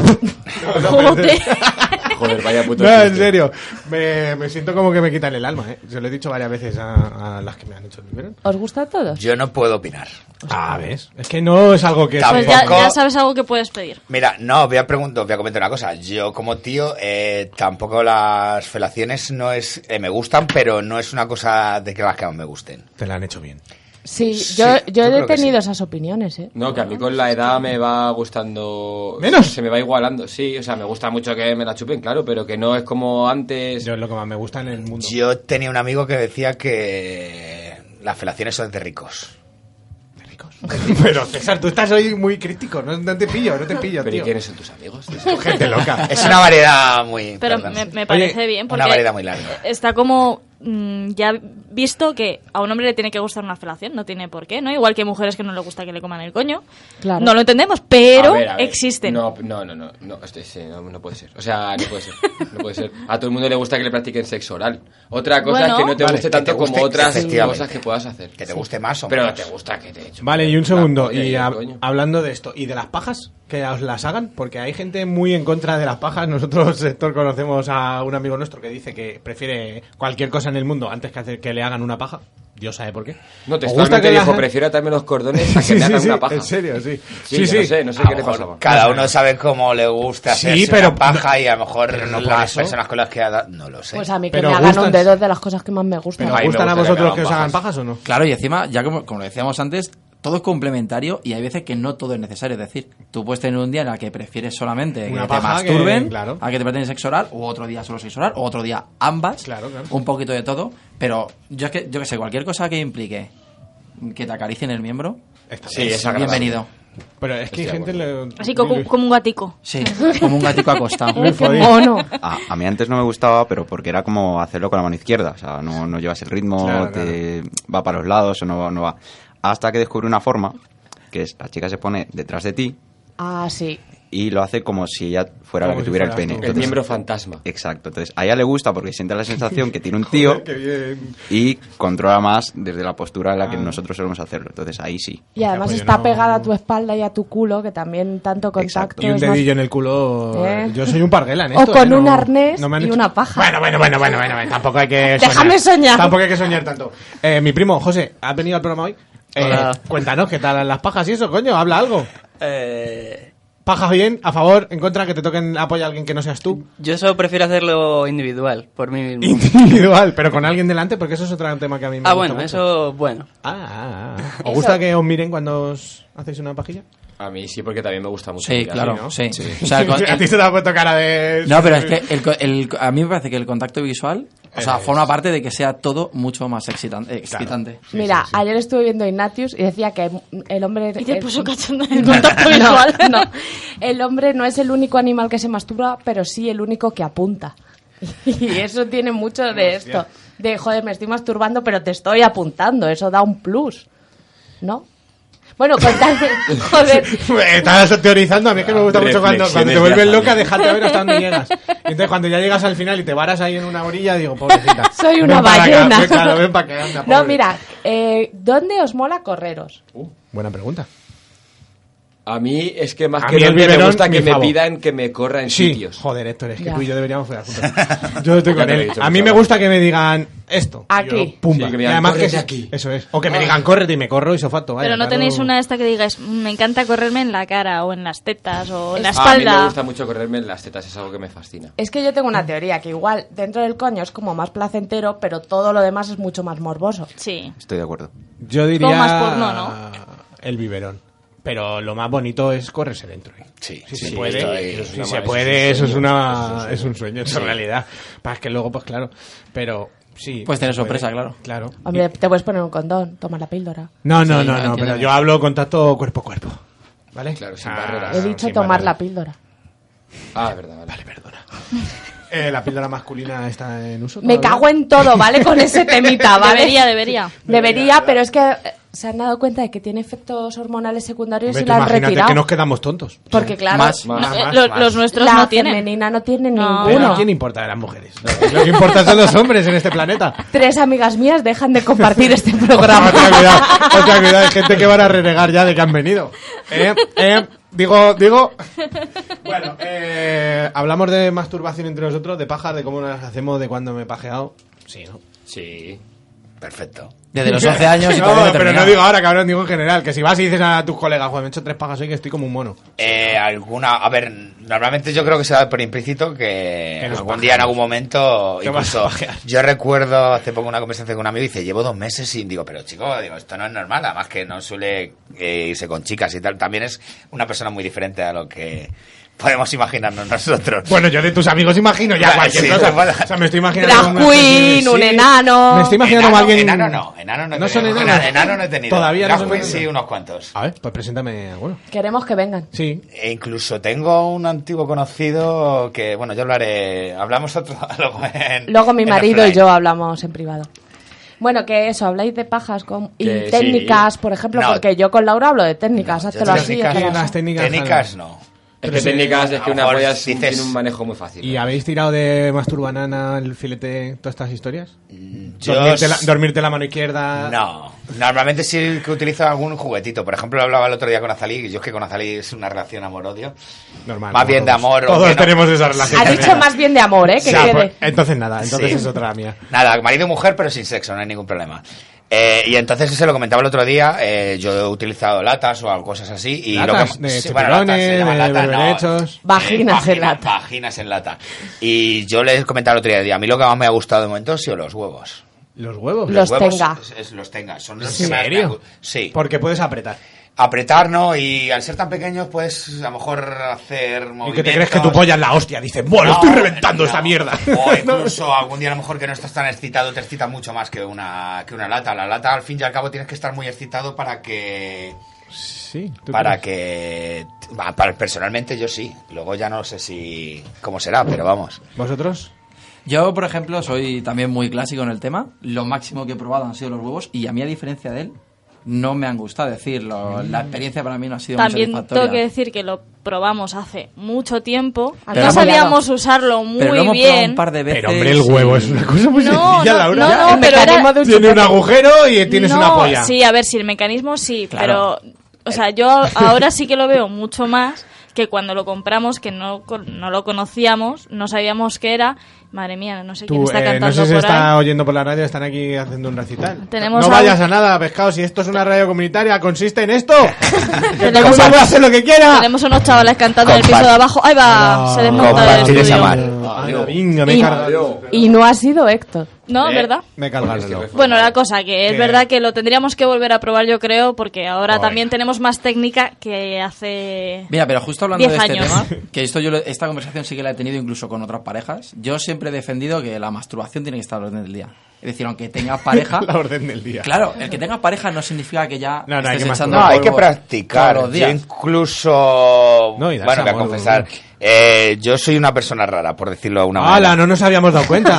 Joder. Joder, vaya puto No, en chiste. serio. Me, me siento como que me quitan el alma, ¿eh? Se lo he dicho varias veces a, a las que me han hecho el biberón. ¿Os gusta a todos? Yo no puedo opinar. Ah, ¿ves? Es que no es algo que... Pues se- ya, Tampoco- ya sabes algo que puedes pedir. Mira, no, voy a preguntar, voy a comentar una cosa. Yo como tío, eh, tampoco las felaciones no es, eh, me gustan, pero no es una cosa de que las que más me gusten. Te la han hecho bien. Sí, Sí, yo, yo yo he creo que tenido sí. esas opiniones, ¿eh? No, que a mí con la edad me va gustando... ¿Menos? Se me va igualando, sí. O sea, me gusta mucho que me la chupen, claro, pero que no es como antes... Yo es lo que más me gusta en el mundo. Yo tenía un amigo que decía que las felaciones son de ricos. De ricos. Pero César, tú estás hoy muy crítico. No, no te pillo, no te pillo, ¿Pero y tío. quiénes son tus amigos? Gente loca. Es una variedad muy... Pero perdón. me, me parece Oye, bien porque una variedad muy larga. está como mm, ya visto que a un hombre le tiene que gustar una felación, no tiene por qué, ¿no? Igual que hay mujeres que no les gusta que le coman el coño. Claro. No lo entendemos, pero A ver, a ver. existen. No, no, no, no, no, este, sí, no, no puede ser. O sea, no puede ser. No puede ser. A todo el mundo le gusta que le practiquen sexo oral. Otra cosa Bueno. es que no te Vale, guste que tanto te guste, como otras efectivamente. cosas que puedas hacer. Que te guste más o Pero menos. te gusta que te chupen Vale, y un la segundo. polla Y el a- coño. hablando de esto, ¿y de las pajas? Que os las hagan, porque hay gente muy en contra de las pajas. Nosotros, sector, conocemos a un amigo nuestro que dice que prefiere cualquier cosa en el mundo antes que hacer que le hagan una paja. Dios sabe por qué. No, ¿Os te gusta que dijo, las- prefiero atarme los cordones a que Sí, me sí, hagan sí, una paja. en serio, sí. Sí, Sí, yo sí. no sé, no sé A qué lo le mejor pasaba. cada uno sabe cómo le gusta Sí, hacerse pero- una paja y a lo mejor pero no por las eso. personas con las que ha dado... No lo sé. Pues a mí que Pero me hagan gustan- un dedo es de las cosas que más me gustan. ¿Pero A mí me gustan a gusta que vosotros me que os hagan hagan pajas. pajas o no? Claro, y encima, ya como, como lo decíamos antes, todo es complementario y hay veces que no todo es necesario. Es decir, tú puedes tener un día en el que prefieres solamente Una que paja te que- masturben, claro. a que te practiquen sexo oral, o otro día solo sexo oral, o otro día ambas, Claro, claro. un poquito de todo. Pero yo es que, yo que sé, cualquier cosa que implique que te acaricien el miembro, Está Sí, bien. es agradable. bienvenido. Pero es que hay Estoy de gente... le- Así como, como un gatico. Sí, como un gatico acostado. Muy ¡Qué jodido. mono! A, a mí antes no me gustaba, pero porque era como hacerlo con la mano izquierda. O sea, no, no llevas el ritmo, Claro, te va para los lados o no, va- no va. Hasta que descubrí una forma, que es la chica se pone detrás de ti Ah, sí. y lo hace como si ella fuera Como la que si tuviera el fueras pene. tú. El Entonces- miembro fantasma. Exacto. Entonces, a ella le gusta porque siente la sensación que tiene un tío Joder, qué bien. y controla más desde la postura en la que Ah. nosotros solemos hacerlo. Entonces, ahí sí. Y además pues yo está no- pegada a tu espalda y a tu culo, que también tanto contacto Y un es más- dedillo en el culo. ¿Eh? Yo soy un parguela en O esto. con ¿eh? un No- arnés no me han y hecho- una paja. Bueno, bueno, bueno, bueno, bueno, bueno, tampoco hay que soñar. Déjame soñar. Tampoco hay que soñar tanto. Eh, mi primo, José, ¿has venido al programa hoy? Eh, Hola. cuéntanos, ¿qué tal las pajas y eso, coño? Habla algo. Eh, ¿Pajas bien? ¿A favor? ¿En contra? ¿Que te toquen apoyo a alguien que no seas tú? yo solo prefiero hacerlo individual, por mí mismo. Individual, pero con alguien delante, porque eso es otro tema que a mí me Ah, gusta bueno, mucho. eso, bueno. Ah, ah, ah. ¿Os Eso- gusta que os miren cuando os hacéis una pajilla? A mí sí, porque también me gusta mucho. Sí, mirar, claro, ¿no? sí. O sea, el con- a ti se te ha puesto cara de... No, pero es que el, co- el- a mí me parece que el contacto visual, o sea, Es- forma parte de que sea todo mucho más excitante. excitante. Mira, ayer estuve viendo Ignatius y decía que el hombre... Y te el- puso cachondo en el contacto visual. No, no. El hombre no es el único animal que se masturba, pero sí el único que apunta. Y eso tiene mucho de esto. De, joder, me estoy masturbando, pero te estoy apuntando. Eso da un plus. ¿No? Bueno, contadme, joder. Estás teorizando, a mí es que me gusta mucho cuando, Reflexiones cuando te de vuelves Azalí. loca, dejarte a ver hasta dónde llegas. Y entonces cuando ya llegas al final y te varas ahí en una orilla, digo, pobrecita. Soy ven una para acá, ballena. ven, claro, ven para acá, anda, No, pobre. mira, eh, ¿dónde os mola correros? Buena pregunta. A mí es que más A que mí el donde me biberón, gusta que mi me favor. pidan que me corra en Sí, sitios. joder, Héctor, es que Ya. tú y yo deberíamos follar juntos. Yo estoy Ya con te lo he él. dicho A mí muchas me veces. gusta que me digan esto. Aquí. Y yo, pumba. Sí, que me Y digan, además que "Córrete es- aquí". Eso es. O que me digan, córrete y me corro y sofato. Vaya, Pero no claro. tenéis una esta que digáis, "Mm, me encanta correrme en la cara o en las tetas o en la A mí me espalda. gusta mucho correrme en las tetas, es algo que me fascina. Es que yo tengo una teoría, que igual dentro del coño es como más placentero, pero todo lo demás es mucho más morboso. Sí. Estoy de acuerdo. Yo diría... Todo más porno, ¿no? El biberón. Pero lo más bonito es correrse dentro. ¿eh? Sí, Si sí, se puede, esto ahí- eso es si una se ma- puede, eso eso es es un sueño, una, eso es es un sueño, es Sí. realidad. Para que luego, pues claro, pero sí. Puedes tener se puede. sorpresa, claro. Claro. Hombre, te puedes poner un condón, tomar la píldora. No, no, Sí, no, no, no, entiendo pero bien. yo hablo contacto cuerpo a cuerpo. ¿Vale? Claro, sin Ah, barreras. He dicho sin tomar barreras. la píldora. Ah, es verdad, vale. Vale, perdona. Eh, la píldora masculina está en uso. Me todavía? cago en todo, ¿vale? Con ese temita, ¿vale? Debería, debería. Debería, pero es que eh, se han dado cuenta de que tiene efectos hormonales secundarios Hombre, y tú la han imagínate retirado. que nos quedamos tontos. Porque claro, Más, Más. Más, Eh, más, lo- más. Los nuestros la no tienen. femenina no tiene No. Pero ninguno. ¿a quién importa de las mujeres? Lo que, lo que importa son los hombres en este planeta. Tres amigas mías dejan de compartir este programa. Otra cuidado, otra cuidado, hay gente que van a renegar ya de que han venido. Eh, eh, digo, digo. Bueno, eh, hablamos de masturbación entre nosotros, de pajas, de cómo nos hacemos, de cuando me he pajeado. Sí, ¿no? Sí. Perfecto. Desde los once años y No, todavía no he pero no terminado. digo ahora, cabrón, digo en general. Que si vas y dices a tus colegas, joder, me he hecho tres pajas hoy que estoy como un mono. Eh, alguna, a ver, normalmente yo creo que se da por implícito que, Que nos algún día en pajeamos. algún momento, ¿Qué vas a incluso, pajear? yo recuerdo hace poco una conversación con un amigo y dice, llevo dos meses sin, digo, pero chico, digo, esto no es normal, además que no suele eh, irse con chicas y tal, también es una persona muy diferente a lo que podemos imaginarnos nosotros. Bueno, yo de tus amigos imagino ya Vale, cualquier sí, cosa. bueno. O sea, me estoy imaginando... Drag una especie de- queen, un sí. enano. Me estoy imaginando como enano, alguien... enano no, enano no he ¿No son tenido. enanos? Enano no he tenido. Todavía no Drag son queen enanos. sí, unos cuantos. A ver, pues preséntame alguno. Queremos que vengan. Sí. E incluso tengo un antiguo conocido que, bueno, yo hablaré, hablamos otro luego en Luego mi en marido y offline. yo hablamos en privado. Bueno, que eso, habláis de pajas con, y Que sí. técnicas, por ejemplo, No. porque yo con Laura hablo de técnicas, No, háztelo yo así, técnicas- háztelo las así. técnicas... Técnicas no. Es Pero que sí, técnicas a es que lo una mejor polla es- dices- tiene un manejo muy fácil. ¿Y habéis tirado de masturbanana, el filete, todas estas historias? Yo Dormirte la, s- dormirte la mano izquierda... No, normalmente sí que utilizo algún juguetito. Por ejemplo, hablaba el otro día con Azalí, y yo es que con Azalí es una relación amor-odio. Normal. Más como bien de todos. amor. o Todos que no. tenemos esa relación. Ha dicho más bien de amor, ¿eh? Que Ya, quede. pues, entonces nada, entonces Sí. es otra mía. Nada, marido y mujer, pero sin sexo, no hay ningún problema. Eh, y entonces se lo comentaba el otro día, eh, yo he utilizado latas o cosas así. Y ¿Latas? lo que, ¿De sí, bueno, latas, se chupirones, llaman de latas, no, berberechos? Vaginas eh, en lata. Vaginas en lata. Y yo les comentaba el otro día, a mí lo que más me ha gustado de momento han sido los huevos. ¿Los huevos? Los huevos tenga. es- es- los tenga. Son los ¿En que más me serio? han gu- Sí. Porque puedes apretar. Apretar, ¿no? Y al ser tan pequeños, puedes a lo mejor hacer movimientos. ¿Y que te crees que tu polla es la hostia? Dices, bueno, No, estoy reventando no. esta mierda. O incluso algún día a lo mejor que no estás tan excitado, te excita mucho más que una, que una lata. La lata, al fin y al cabo, tienes que estar muy excitado para que... Sí. ¿tú Para crees? que... va, para, personalmente yo sí. Luego ya no sé si... cómo será, pero vamos. ¿Vosotros? Yo, por ejemplo, soy también muy clásico en el tema. Lo máximo que he probado han sido los huevos y a mí, a diferencia de él, no me han gustado. Es decir, lo- la experiencia para mí no ha sido También muy satisfactoria. tengo que decir que lo probamos hace mucho tiempo. Pero no hemos sabíamos usarlo muy Pero lo hemos probado bien. un par de veces. Pero hombre, el huevo es una cosa muy No, sencilla, no, Laura. no, no, El pero mecanismo era- de un Tiene un agujero y tienes no, una polla. Sí, a ver, si el mecanismo sí, Claro. pero... O sea, yo ahora sí que lo veo mucho más que cuando lo compramos, que no, con- no lo conocíamos, no sabíamos qué era. Madre mía, no sé quién Tú, está eh, cantando no sé si por está ahí. oyendo por la radio, están aquí haciendo un recital. Tenemos no a- vayas a nada, pescado, si esto es una radio comunitaria, consiste en esto. Que Tenemos todo el mundo a- puede hacer lo que quiera. Tenemos unos chavales cantando en el piso de abajo. Ahí va, se desmonta el Compartir esa estudio. mar. Ay, venga, me he Y, cargado. y no ha sido Héctor. No, Eh, ¿verdad? Me he cargado el reloj. Bueno, la cosa que es Que- verdad que lo tendríamos que volver a probar, yo creo, porque ahora Joder. también tenemos más técnica que hace Mira, pero justo hablando de diez este años. tema, que esto yo lo- esta conversación sí que la he tenido incluso con otras parejas. Yo siempre he defendido que la masturbación tiene que estar al orden del día. Es decir, aunque tengas pareja, La orden del día. claro, el que tengas pareja no significa que ya No, no, hay estés que echando No, hay que polvo practicar. todos los Yo días. incluso... No, y darse bueno, voy a amor, confesar. bueno. eh, yo soy una persona rara, por decirlo de una ¡Hala! manera. No nos habíamos dado cuenta.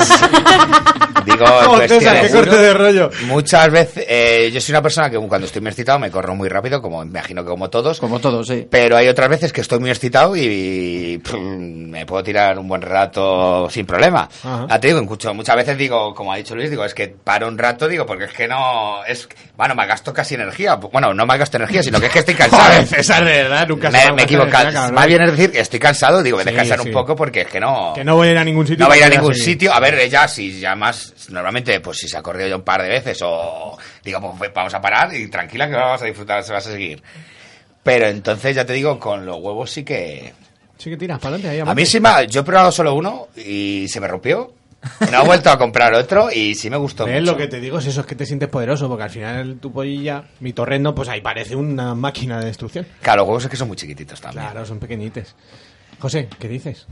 Digo, Oh, César, cuestiones. qué corte de rollo. Muchas veces, eh, yo soy una persona que cuando estoy muy excitado me corro muy rápido, como me imagino que como todos. Como todos, sí. Pero hay otras veces que estoy muy excitado y, pff, me puedo tirar un buen rato sin problema. Ajá. Ya te digo, mucho- muchas veces digo, como ha dicho Luis, digo, es que paro un rato, digo, porque es que no, es, bueno, me gasto casi energía. Bueno, no me gasto energía, sino que es que estoy cansado. Joder, César, de verdad, nunca se va me, a me he gastar equivocado. energía, cabrón. Más bien es decir, que estoy cansado, digo, voy a Sí, descansar sí. un poco porque es que no... Que no voy a ir a ningún sitio. No va a ir a porque ningún seguir. sitio. A ver, ella si ya más, normalmente, pues si se ha corrido ya un par de veces o digo, pues vamos a parar y tranquila que vamos a disfrutar, se vas a seguir. Pero entonces, ya te digo, con los huevos sí que... Sí que tiras para adelante. Ahí, A mí sí me ha- yo he probado solo uno y se me rompió. No he vuelto a comprar otro y sí me gustó ¿Ves? mucho. Lo que te digo es eso, es que te sientes poderoso, porque al final tu pollilla, mi torrendo, pues ahí parece una máquina de destrucción. Claro, los huevos es que son muy chiquititos también. Claro, son pequeñites. José, ¿qué dices?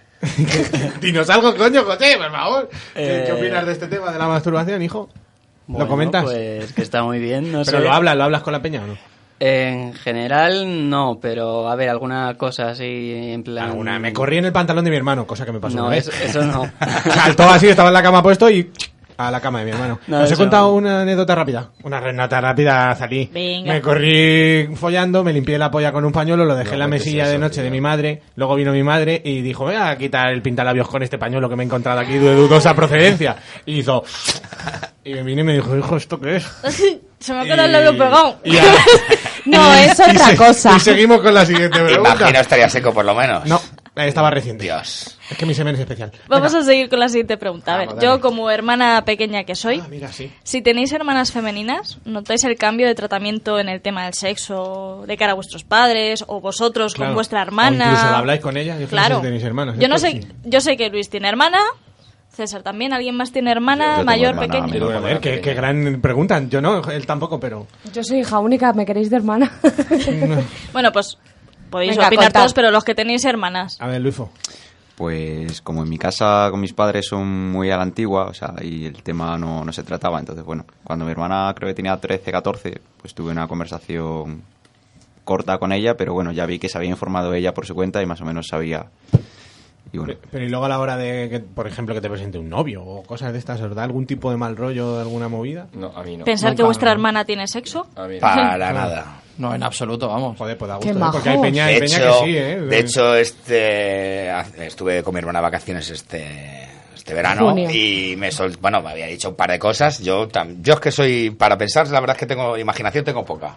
Dinos algo, coño, José, por favor. ¿Qué, Eh, qué opinas de este tema de la masturbación, hijo? Bueno, ¿Lo comentas? Pues que está muy bien. No ¿Pero sé. lo hablas, lo hablas con la peña o no? En general, no, pero a ver, alguna cosa así en plan. Alguna, me corrí en el pantalón de mi hermano, cosa que me pasó No, una vez. eso- eso no. Saltó así, estaba en la cama puesto y a la cama de mi hermano. No, Os he eso contado no. una anécdota rápida. Una anécdota rápida, salí. Venga. Me corrí follando, me limpié la polla con un pañuelo, lo dejé No en la cuentes mesilla de eso, noche tío. de mi madre. Luego vino mi madre y dijo, voy a quitar el pintalabios con este pañuelo que me he encontrado aquí de dudosa procedencia. Y hizo... Y me vino y me dijo, hijo, ¿esto qué es? Se me ha quedado el labio pegado. Y a- No, es y otra se- cosa. Y seguimos con la siguiente pregunta. Imagino estaría seco por lo menos. No, estaba reciente. Dios. Es que mi semen es especial. Vamos Venga. a seguir con la siguiente pregunta. A ver, Vamos, dale. yo como hermana pequeña que soy, Ah, mira, sí. si tenéis hermanas femeninas, ¿notáis el cambio de tratamiento en el tema del sexo de cara a vuestros padres o vosotros Claro. con vuestra O hermana? incluso la habláis con ella. Yo que no sé Claro. si tenéis hermanas. Yo no Esto sé, sí. yo sé que Luis tiene hermana, César también, ¿alguien más tiene hermana, Yo tengo mayor, hermana, pequeña? amigo. Pero, joder, qué, qué gran pregunta. Yo no, él tampoco, pero... Yo soy hija única, ¿me queréis de hermana? Bueno, pues podéis Venga, opinar contad. todos, pero los que tenéis hermanas. A ver, Luifo. Pues como en mi casa con mis padres son muy a la antigua, o sea, y el tema no, no se trataba, entonces bueno, cuando mi hermana creo que tenía trece, catorce, pues tuve una conversación corta con ella, pero bueno, ya vi que se había informado ella por su cuenta y más o menos sabía. Y bueno, Pero y luego a la hora de, que, por ejemplo, que te presente un novio o cosas de estas, ¿os da algún tipo de mal rollo, alguna movida? No, a mí no. ¿Pensar Nunca, que vuestra no. hermana tiene sexo? A mí no. Para Claro. nada. No, en absoluto, vamos. Joder, pues da Qué gusto, ¿eh? majos. Porque hay peña, hay De peña hecho, que sí, ¿eh? de hecho, este estuve con mi hermana de vacaciones este este verano Junio. y me sol, bueno, me había dicho un par de cosas. Yo tam- yo es que soy para pensar, la verdad es que tengo imaginación tengo poca.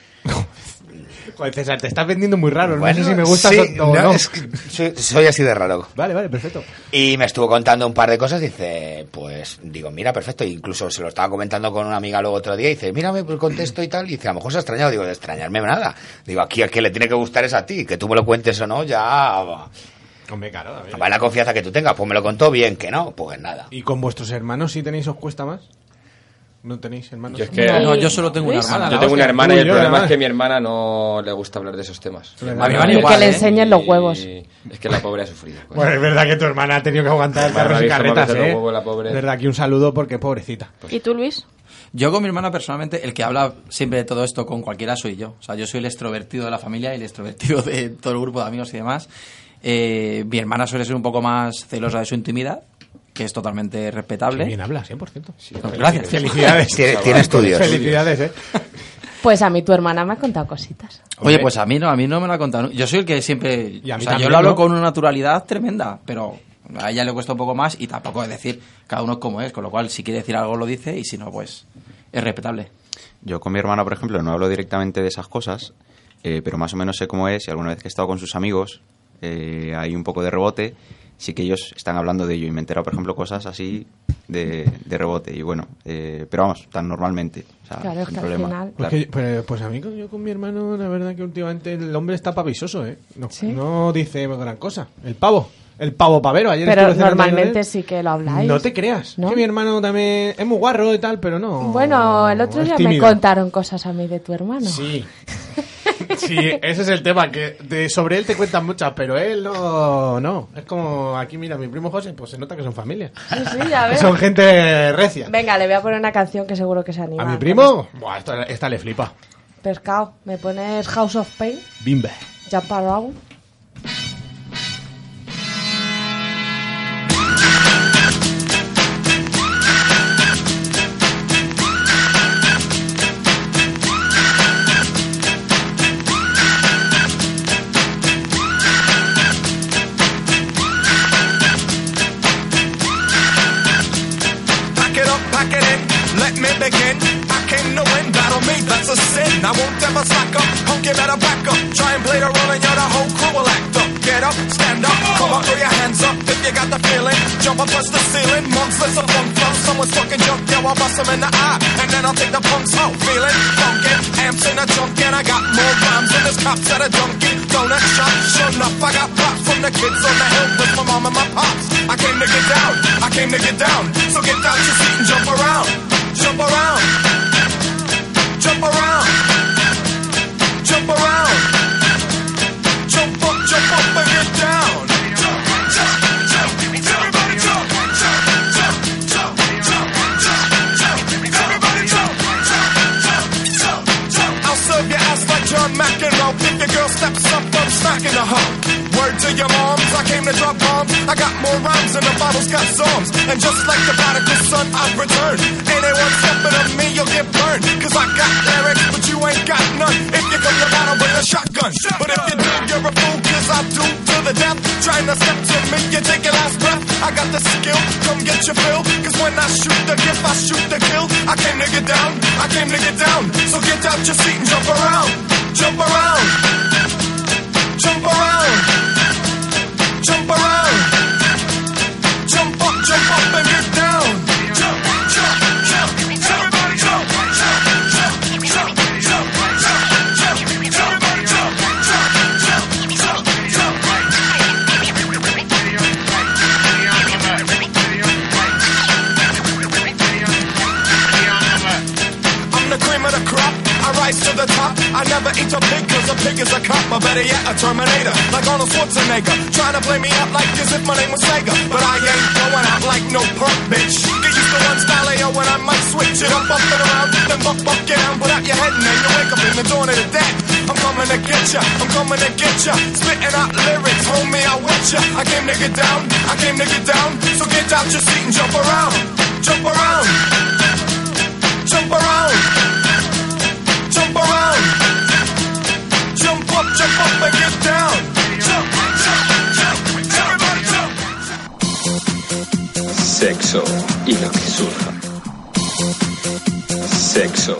Joder, César, te estás vendiendo muy raro. No Bueno, sé si me gusta sí, o no, no. es que soy, soy así de raro. Vale, vale, perfecto. Y me estuvo contando un par de cosas, dice, pues, digo, mira, perfecto, incluso se lo estaba comentando con una amiga luego otro día, y dice, mírame el contexto y tal, y dice, a lo mejor se ha extrañado, digo, de extrañarme nada. Digo, aquí al que le tiene que gustar es a ti, que tú me lo cuentes o no, ya... Hombre, claro, a ver. Va la confianza que tú tengas, pues me lo contó bien, que no, pues nada. ¿Y con vuestros hermanos si tenéis os cuesta más? ¿No tenéis hermanos? Yo es que- No, yo solo tengo una Luis. hermana. Yo la tengo una hostia. hermana y Uy, el yo, problema además. es que a mi hermana no le gusta hablar de esos temas. A mi hermana Y igual, que le ¿eh? enseñen los huevos. Y es que la pobre ha sufrido. pues. Bueno, es verdad que tu hermana ha tenido que aguantar Hermana, perros y la Virgen, carretas, me hace ¿eh? los huevos, la pobre. Es verdad, aquí un saludo porque pobrecita. ¿Y tú, Luis? Yo con mi hermana personalmente, el que habla siempre de todo esto con cualquiera soy yo. O sea, yo soy el extrovertido de la familia y el extrovertido de todo el grupo de amigos y demás. Eh, mi hermana suele ser un poco más celosa de su intimidad, que es totalmente Qué respetable. bien hablas, cien por ciento. No, gracias. Felicidades. Tiene, tiene estudios. Felicidades, ¿eh? Pues a mí tu hermana me ha contado cositas. Oye, pues a mí no, a mí no me lo ha contado. Yo soy el que siempre... Y a mí o sea, yo también, lo hablo ¿no? con una naturalidad tremenda, pero a ella le cuesta un poco más y tampoco es decir, cada uno es como es, con lo cual si quiere decir algo lo dice y si no, pues es respetable. Yo con mi hermana, por ejemplo, no hablo directamente de esas cosas, eh, pero más o menos sé cómo es y alguna vez que he estado con sus amigos eh, hay un poco de rebote, sí que ellos están hablando de ello y me he enterado, por ejemplo, cosas así de, de rebote y bueno, eh, pero vamos, tan normalmente, o sea, Claro, es sin que al problema. final- Claro. Pues, que- pues, pues a mí, con- yo con mi hermano, la verdad que últimamente el hombre está pavisoso, ¿eh? No, ¿Sí? no dice gran cosa. El pavo, el pavo pavero. Ayer Pero estuve cenando con normalmente él. sí que lo habláis. No te creas, ¿No? que mi hermano también es muy guarro y tal, pero no. Bueno, el otro es día me tímido. contaron cosas a mí de tu hermano. Sí. Sí, ese es el tema, que de, sobre él te cuentan muchas, pero él no, no. Es como aquí, mira, mi primo José, pues se nota que son familia. Sí, sí, ya ves. Son gente recia. Venga, le voy a poner una canción que seguro que se anima. A mi primo, buah, esta, esta le flipa. Pescado, ¿me pones House of Pain? Bimbe. Jump Around. Pack it up, pack it in, let me begin. I came to win, battle me, that's a sin. I won't ever slack up, punk, you better back up. Try and play the role and you're the whole crew will act up. Get up, stand up, come on, throw your hands up if you got the feeling. Jump up, touch the ceiling, monks, let's a funk flow. Someone's fucking junk, yeah, I'll bust them in the eye. And then I'll take the punks out, feeling funky. Amps in a junk and I got more rhymes than this cops at a junkie. Donut shop, sure enough, I got props from the kids on the hill with my mom and my pops. I came to get down, I came to get down. So get out your seat and jump around, jump around, jump around, jump around, jump up, jump up and get down. Jump, jump, jump, everybody jump, jump, jump, jump, jump, jump, jump, everybody jump, jump, jump, jump, jump. I'll serve your ass like John McEnroe. If your girl steps up, I'm smacking the hoe. Word to your moms, I came to drop bombs. I got more rhymes than the bottles got songs. And just like the prodigal son, I've returned. Anyone stepping on me, you'll get burned. Cause I got lyrics, but you ain't got none. If you come to battle, bring a shotgun. But if you do, you're a fool, cause I do to the death. Trying to step to me, you take your last breath. I got the skill, come get your fill. Cause when I shoot the gift, I shoot the kill. I came to get down, I came to get down. So get out your seat and jump around. Jump around. Jump around. Jump around. Jump up, jump up and get down. Jump, jump, jump. Everybody jump. Jump, jump, jump, jump, jump, jump. Everybody jump. Jump, jump, jump, jump. I'm the cream of the crop. I rise to the top. I never eat a pig cause a pig is a cop. Or better yet, a Terminator. Like Arnold Schwarzenegger. Trying to play me out like as if my name was Sega. But I ain't going out like no punk bitch. Get used to one style A O when I might switch it up, up and around. Then buck, buck, get down. Put out your head and then you wake up in the dawn of the dead. I'm coming to get ya. I'm coming to get ya. Spitting out lyrics. Homie, I with ya. I came to get down. I came to get down. So get out your seat and jump around. Jump around. Jump around. Jump around. Jump up, jump up and get down. Jump, jump, jump. Everybody jump. Sexo y lo que surja. Sexo.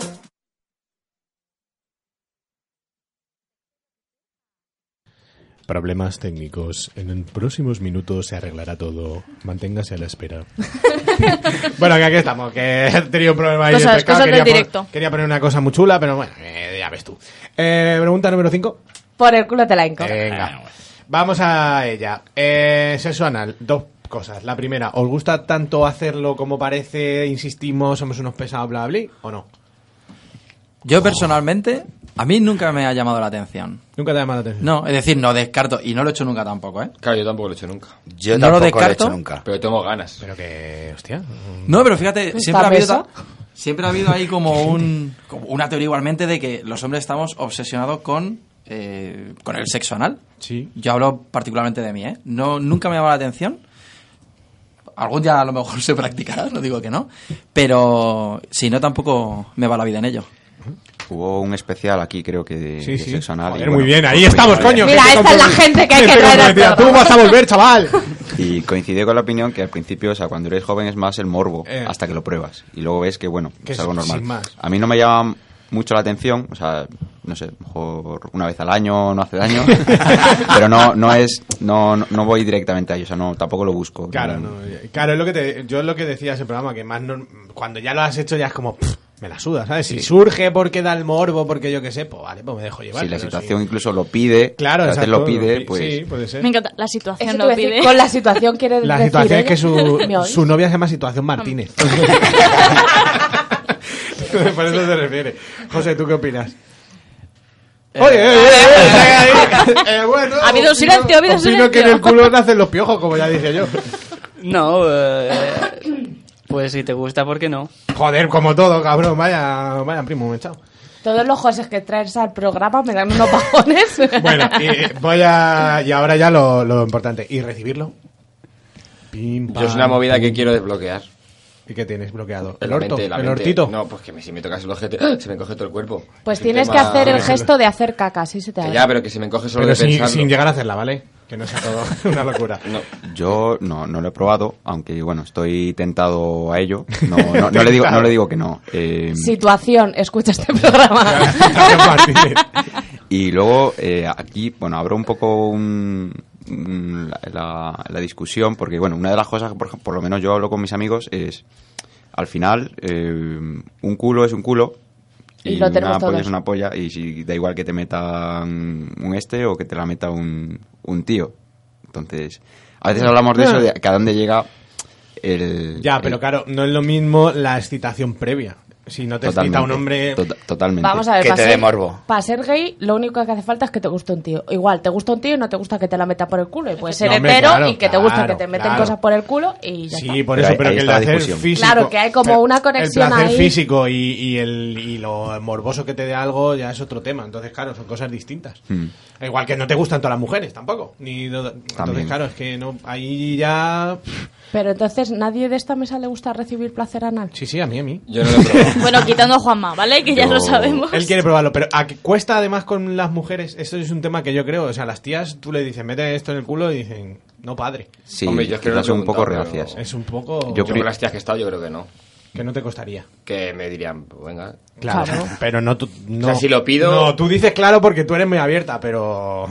Problemas técnicos. En próximos minutos se arreglará todo. Manténgase a la espera. Bueno, que aquí estamos. Que he tenido un problema ahí. Cosas- de pescado. cosas del Quería pon- directo. Quería poner una cosa muy chula, pero bueno, eh, ya ves tú. Eh, pregunta número cinco. Por el culo te la hinco. Venga. Vamos a ella. Eh, sexo anal. Dos cosas. La primera, ¿os gusta tanto hacerlo como parece? Insistimos, somos unos pesados, bla, bla, bla, ¿o no? Yo personalmente, a mí nunca me ha llamado la atención. ¿Nunca te ha llamado la atención? No, es decir, no descarto, y no lo he hecho nunca tampoco, ¿eh? Claro, yo tampoco lo he hecho nunca. Yo No lo tampoco lo he descarto. hecho nunca. Pero tengo ganas. Pero que, hostia. No, pero fíjate, ¿Esta siempre ha habido mesa? ta- siempre ha habido ahí como un como una teoría igualmente de que los hombres estamos obsesionados con eh, con el sexo anal. Sí. Yo hablo particularmente de mí, ¿eh? No, nunca me ha llamado la atención. Algún día a lo mejor se practicará, no digo que no. Pero si no, tampoco me va la vida en ello. Hubo un especial aquí, creo que de, Sí, de sí. sexo anal. Joder, y bueno, muy bien, ahí pues estamos, coincidió- coño. Mira, Gente esta es la comprometida. gente que hay que Gente traer al comprometida. Tú programa. vas a volver, chaval. Y coincidió con la opinión que al principio, o sea, cuando eres joven es más el morbo, Eh. hasta que lo pruebas. Y luego ves que, bueno, Que es algo sin normal. más. A mí no me llama mucho la atención, o sea, no sé, mejor una vez al año no hace daño, pero no no es no no no voy directamente a ello, o sea, no tampoco lo busco. Claro, no, claro, es lo que te, yo es lo que decía ese programa, que más no- cuando ya lo has hecho ya es como, pff, me la suda, ¿sabes? Si Sí. surge porque da el morbo, porque yo qué sé, pues vale, pues me dejo llevar. Si la pero situación sí. incluso lo pide, Claro, a veces exacto, lo pide, pi- pues sí, puede ser. Me encanta. La situación Eso te lo iba a decir, pide. con la situación quiere La decir situación es ella. que su, ¿Me oís? su novia se llama Situación Martínez. Por eso se refiere. José, ¿tú qué opinas? Oye, oye, oye, oye, eh, bueno, Ha habido opino- silencio, ha habido opino silencio. que en el culo nacen los piojos, como ya dije yo. No, eh, pues si te gusta, ¿por qué no? Joder, como todo, cabrón. Vaya, vaya primo, me he echado. Todos los Josés que traes al programa me dan unos bajones. Bueno, y voy a. Y ahora ya lo, lo importante. ¿Y recibirlo? Pim, Yo es pam, una movida pum. que quiero desbloquear. ¿Y qué tienes bloqueado? ¿El La orto? mente, la ¿El mente. hortito? No, pues que me- si me tocas el ojete, se me encoge todo el cuerpo. Pues Es un tienes que tema- hacer el gesto de hacer caca, así se te Que hace. ya, pero que se me encoge solo Pero de sin, pensarlo. sin llegar a hacerla, ¿vale? Que no sea todo una locura. yo no no lo he probado, aunque bueno, estoy tentado a ello. No no, no le digo no le digo que no. Eh, Situación, escucha este programa. Y luego eh, aquí, bueno, abro un poco un- un- la, la- la discusión, porque bueno, una de las cosas que por, ej- por lo menos yo hablo con mis amigos es, al final, eh, un culo es un culo Y lo tenemos una polla todos. es una polla, y si da igual que te metan un este o que te la meta un, un tío. Entonces, a veces hablamos de eso, de que a dónde llega el... Ya, el- pero claro, no es lo mismo la excitación previa. Si no te excita Totalmente, un hombre... to- totalmente. Vamos a ver, Que para te ser, dé morbo. para ser gay, lo único que hace falta es que te guste un tío. Igual, te gusta un tío y no te gusta que te la meta por el culo. Y puedes ser No, hombre, hetero claro, y que te gusta claro, que te meten claro. cosas por el culo y ya Sí, está. por Pero eso, ahí- pero ahí que el está la placer discusión. físico... Claro, que hay como una conexión El placer ahí. físico y, y, el, y lo morboso que te dé algo ya es otro tema. Entonces, claro, son cosas distintas. Mm. Igual que no te gustan todas las mujeres, tampoco. Ni, no- entonces, También. claro, es que no ahí ya... Pero entonces, ¿nadie de esta mesa le gusta recibir placer anal? Sí, sí, a mí, a mí. Yo no lo he probado. Bueno, quitando a Juanma, ¿vale? Que ya Yo- lo sabemos. Él quiere probarlo, pero ¿a qué cuesta además con las mujeres? Esto es un tema que yo creo. O sea, las tías, tú le dices, mete esto en el culo y dicen, no, padre. Sí, Hombre, yo es que no lo he quizás un poco preguntado, reacias. Es un poco... Yo Yo pri- con las tías que he estado, yo creo que no. Que no te costaría. Que me dirían, pues venga. Claro, Claro. pero no tú... No, O sea, si lo pido- No, tú dices claro porque tú eres muy abierta, pero...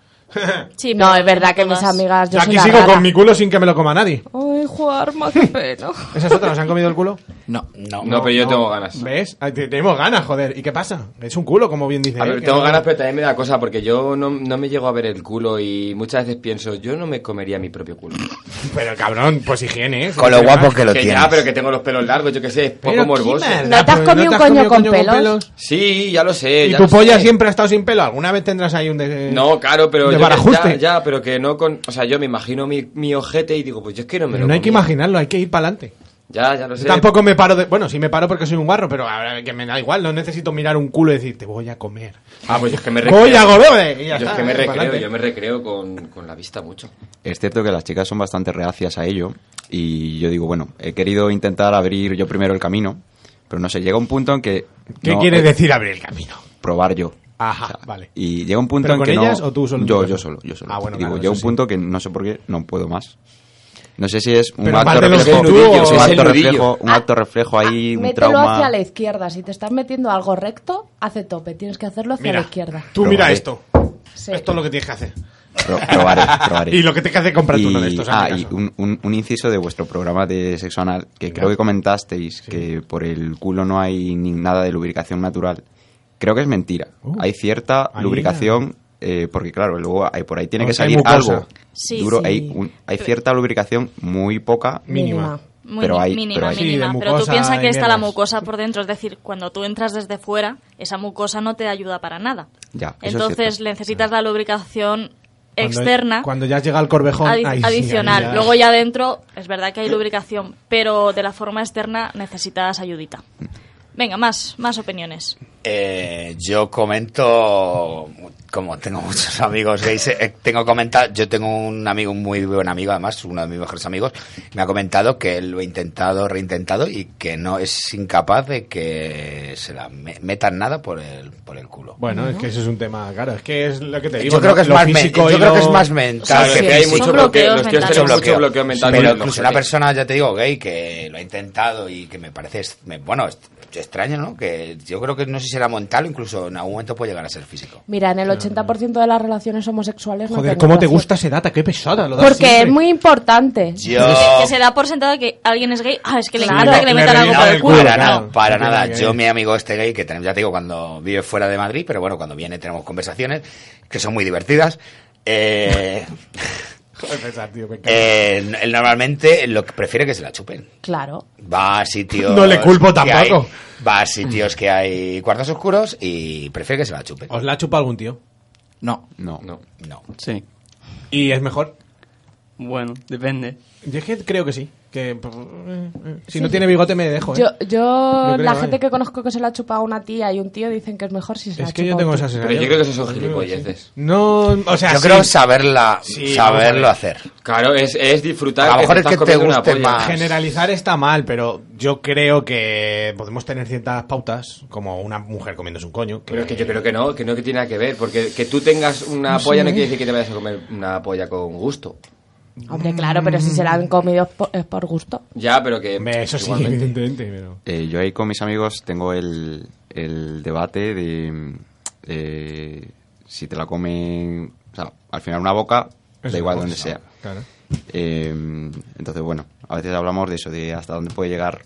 Sí, No, pero es verdad que mis todas. amigas... Yo Yo soy aquí la sigo rara. con mi culo sin que me lo coma nadie. Ay, Juanma, qué pena. ¿Esa es otra? ¿Nos han comido el culo? No. No. No, pero yo tengo ganas. ¿Ves? Ay, te- Tenemos ganas, joder. ¿Y qué pasa? Es un culo, como bien dice A él, ver, que tengo no- ganas, pero también me da cosa, porque yo no, no me llego a ver el culo y muchas veces pienso, yo no me comería mi propio culo. Pero cabrón, pues higiene, ¿eh? Con lo guapo que lo que tienes. ya, pero que tengo los pelos largos, yo qué sé, es poco Pero qué morboso. mierda, ¿No te has pero comido un coño con pelos? Sí, ya lo sé. ¿Y ya tu lo polla sé. siempre ha estado sin pelo? ¿Alguna vez tendrás ahí un de... No, claro, pero de yo que- barajuste? ya, ya, pero que no con... O sea, yo me imagino mi, mi ojete y digo, pues yo es que no me Pero lo no hay que comía. imaginarlo, hay que ir para adelante. Ya, ya lo sé. Yo tampoco me paro de... Bueno, sí me paro porque soy un guarro, pero a ver, que me da igual, no necesito mirar un culo y decir, te voy a comer. Ah, pues yo es que me recreo. Voy a comer. Y ya Yo está, es que me eh, recreo, pa'lante. yo me recreo con, con la vista mucho. Es cierto que las chicas son bastante reacias a ello, y yo digo, bueno, he querido intentar abrir yo primero el camino, pero no sé, llega un punto en que... ¿Qué no, quieres eh, decir abrir el camino? Probar yo. Ajá, vale. Y llega un punto ¿Pero en con que ellas no... o tú solo en tu Yo, casa? yo solo, yo solo. Ah, bueno, Digo, claro, llega eso un sí. punto que no sé por qué no puedo más. No sé si es un Pero acto aparte los reflejo, nudillos, un es el acto nudillo. reflejo, un acto reflejo ahí, un Mételo trauma. hacia la izquierda. Si te estás metiendo algo recto, hace tope. Tienes que hacerlo hacia Mira, la izquierda. tú mira Probaré. esto. Sí. Esto es lo que tienes que hacer. Pro- probaré, probaré. Y lo que te hace comprarte Y- uno de estos. Ah, hazme y caso. un, un- un inciso de vuestro programa de sexo anal, que Venga. creo que comentasteis que por el culo no hay ni nada de lubricación natural. Creo que es mentira. Uh. Hay cierta Ahí, lubricación, eh, porque claro, luego hay, por ahí tiene No, que si hay salir mucosa. algo Sí, duro. sí. Hay, un- hay cierta lubricación muy poca, Mínima. Muy pero mi- hay- mínima, pero hay- Sí, mínima. de pero tú mucosa piensas y que está la mierdas. mucosa por dentro, es decir, cuando tú entras desde fuera, esa mucosa no te ayuda para nada. Ya, eso es Entonces cierto. necesitas la lubricación Cuando- externa Cuando ya llega al corvejón. adi- ahí sí, adicional. ahí ya- Luego ya dentro, es verdad que hay lubricación, pero de la forma externa necesitas ayudita. Venga, más, más opiniones. Eh, yo comento, como tengo muchos amigos gays, eh, tengo comentado, yo tengo un amigo, un muy buen amigo, además, uno de mis mejores amigos, me ha comentado que él lo ha intentado, reintentado y que no es incapaz de que se la me- metan nada por el, por el culo. Bueno, es que eso es un tema, claro, es que es lo que te digo. Yo creo ¿no? que es Lo más, me- físico yo y creo lo- que es más mental. Sí, sí, que hay mucho Son bloqueo, bloqueos los tíos mentales. tenemos mucho bloqueo mental. Pero con los incluso ojos. una persona, ya te digo, gay, que lo ha intentado y que me parece, me- bueno, es extraño, ¿no? Que yo creo que no sé si será mental o incluso en algún momento puede llegar a ser físico. Mira, en el ochenta por ciento de las relaciones homosexuales no Joder, hay ¿cómo te penetración. gusta ese data? Qué pesada, lo das Porque siempre. es muy importante. Yo... Que se da por sentado que alguien es gay. Ah, es que le Claro, encanta que le le metan algo por rellena el el culo. culo, Para claro. nada, para No nada. tiene que Yo, ver. mi amigo este gay, que tenemos, ya te digo, cuando vive fuera de Madrid, pero bueno, cuando viene tenemos conversaciones que son muy divertidas. Eh, Joder, pesar, tío, me encanta. eh, él normalmente lo que prefiere que se la chupen. Claro. Va a sitios... No le culpo que tampoco. hay- va a sitios que hay cuartos oscuros y prefiere que se la chupen. ¿Os la chupa algún tío? No. No. No. No. Sí. ¿Y es mejor? Bueno, depende. Yo es que creo que sí. Que pues, eh, eh, si no tiene bigote me dejo. ¿eh? Yo, yo, Yo creo, la vaya. gente que conozco que se la ha chupado a una tía y un tío dicen que es mejor si se la Es ha que yo chupado tengo un esa tío. sensación. Pero yo creo que esos son Yo creo que sí. gilipolleces. No, o sea, Yo sí. creo saberla, Sí, saberlo vamos a ver. hacer. Claro, es, es disfrutar. A lo mejor te es que estás te comiendo una guste polla. más. Generalizar está mal, pero yo creo que podemos tener ciertas pautas, como una mujer comiéndose un coño. Pero es que yo creo que no, que no que tiene nada que ver, porque que tú tengas una No polla sé. no quiere decir que te vayas a comer una polla con gusto. Hombre, claro, pero si se la han comido es por, es por gusto. Ya, pero que Hombre, eso sí, igualmente. evidentemente. Pero... Eh, yo ahí con mis amigos tengo el, el debate de eh, si te la comen, o sea, al final una boca, Es da igual una donde cosa, sea. claro. Eh, entonces, bueno, a veces hablamos de eso, de hasta dónde puede llegar,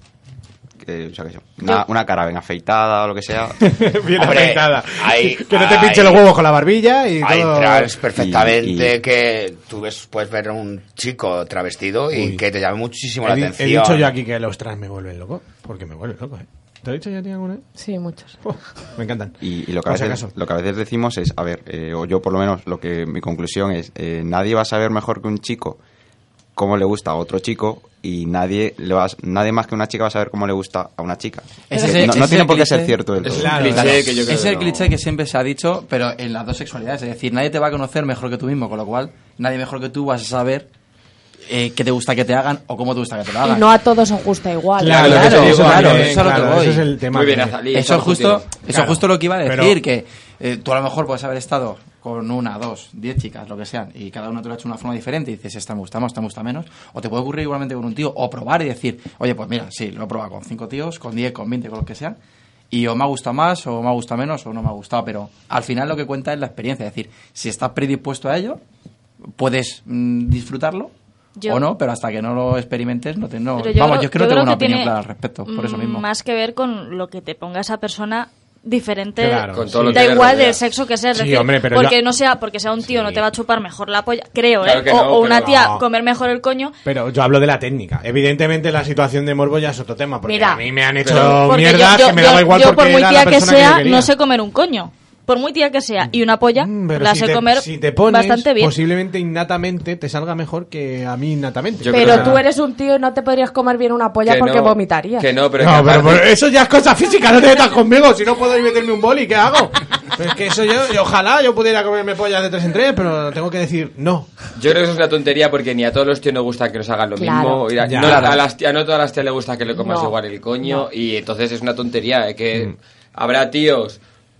eh, o sea, que yo, una, una cara bien afeitada o lo que sea. Bien Hombre, afeitada. hay- que no te hay- pinche los huevos con la barbilla y Hay todo. trans perfectamente Y- y- que tú ves, puedes ver a un chico travestido y Uy. que te llame muchísimo He, la di- atención. he dicho yo aquí que los trans me vuelven loco, porque me vuelven loco, ¿eh? ¿Te he dicho ya a ti alguna vez? Sí, muchos. Oh, me encantan. Y, y lo, que a Por si veces, acaso. lo que a veces decimos es, a ver, eh, o yo por lo menos, lo que mi conclusión es, eh, nadie va a saber mejor que un chico cómo le gusta a otro chico y nadie le va a- nadie más que una chica va a saber cómo le gusta a una chica. Ese Que es el- no, ese no es tiene el por qué ser cliché. cierto del Es todo. un Claro, cliché claro. que yo creo Es que el no. cliché que siempre se ha dicho, pero en las dos sexualidades. Es decir, nadie te va a conocer mejor que tú mismo, con lo cual nadie mejor que tú vas a saber eh, qué te gusta que te hagan o cómo te gusta que te lo hagan. Y no a todos os gusta igual. Claro, Claro, eso, eso, claro, también, eso es a lo que claro, voy. ese es el tema. Muy bien, que- Azalí. Eso es estamos justo, contigo. eso Claro. es justo lo que iba a decir, Pero- que eh, tú a lo mejor puedes haber estado con una, dos, diez chicas, lo que sean, y cada una te lo ha hecho de una forma diferente y dices, esta me gusta más, esta me gusta menos, o te puede ocurrir igualmente con un tío, o probar y decir, oye, pues mira, sí, lo he probado con cinco tíos, con diez, con veinte, con los que sean, y o me ha gustado más, o me ha gustado menos, o no me ha gustado, pero al final lo que cuenta es la experiencia, es decir, si estás predispuesto a ello, puedes mm, disfrutarlo, Yo- o no, pero hasta que no lo experimentes, no te, no, Pero yo vamos, creo- yo es que no yo tengo creo una que opinión tiene, clara al respecto, por eso mm, mismo. Más que ver con lo que te ponga esa persona diferente, Claro, Con todo lo que da le igual rodea. del sexo que sea, es Sí, decir, hombre, pero porque yo- no sea porque sea un tío no te va a chupar mejor la polla, creo, Claro ¿eh? que o, no, o una pero tía no. comer mejor el coño. Pero yo hablo de la técnica. Evidentemente la situación de morbo ya es otro tema, porque Mira, a mí me han hecho pero- Porque mierdas yo, yo- que me yo- daba igual yo, porque por muy era tía la que persona que, yo sea, quería. no sé comer un coño. Por muy tía que sea, y una polla Mm, pero la si sé te- comer si te pones, bastante bien. posiblemente innatamente te salga mejor que a mí innatamente. Yo Pero creo que tú no. eres un tío y no te podrías comer bien una polla Que porque no, vomitarías. Que no, pero No, que pero, aparte- pero eso ya es cosa física, no te metas conmigo. Si no puedo ir meterme un boli, ¿qué hago? Pero es que eso yo, y ojalá yo pudiera comerme pollas de tres en tres, pero tengo que decir no. Yo creo que eso es una tontería porque ni a todos los tíos nos gusta que nos hagan lo Claro. mismo. Y a, Ya. no, Claro. a las tías, no a todas las tías les gusta que le comas No. igual el coño. No. Y entonces es una tontería. eh, que habrá tíos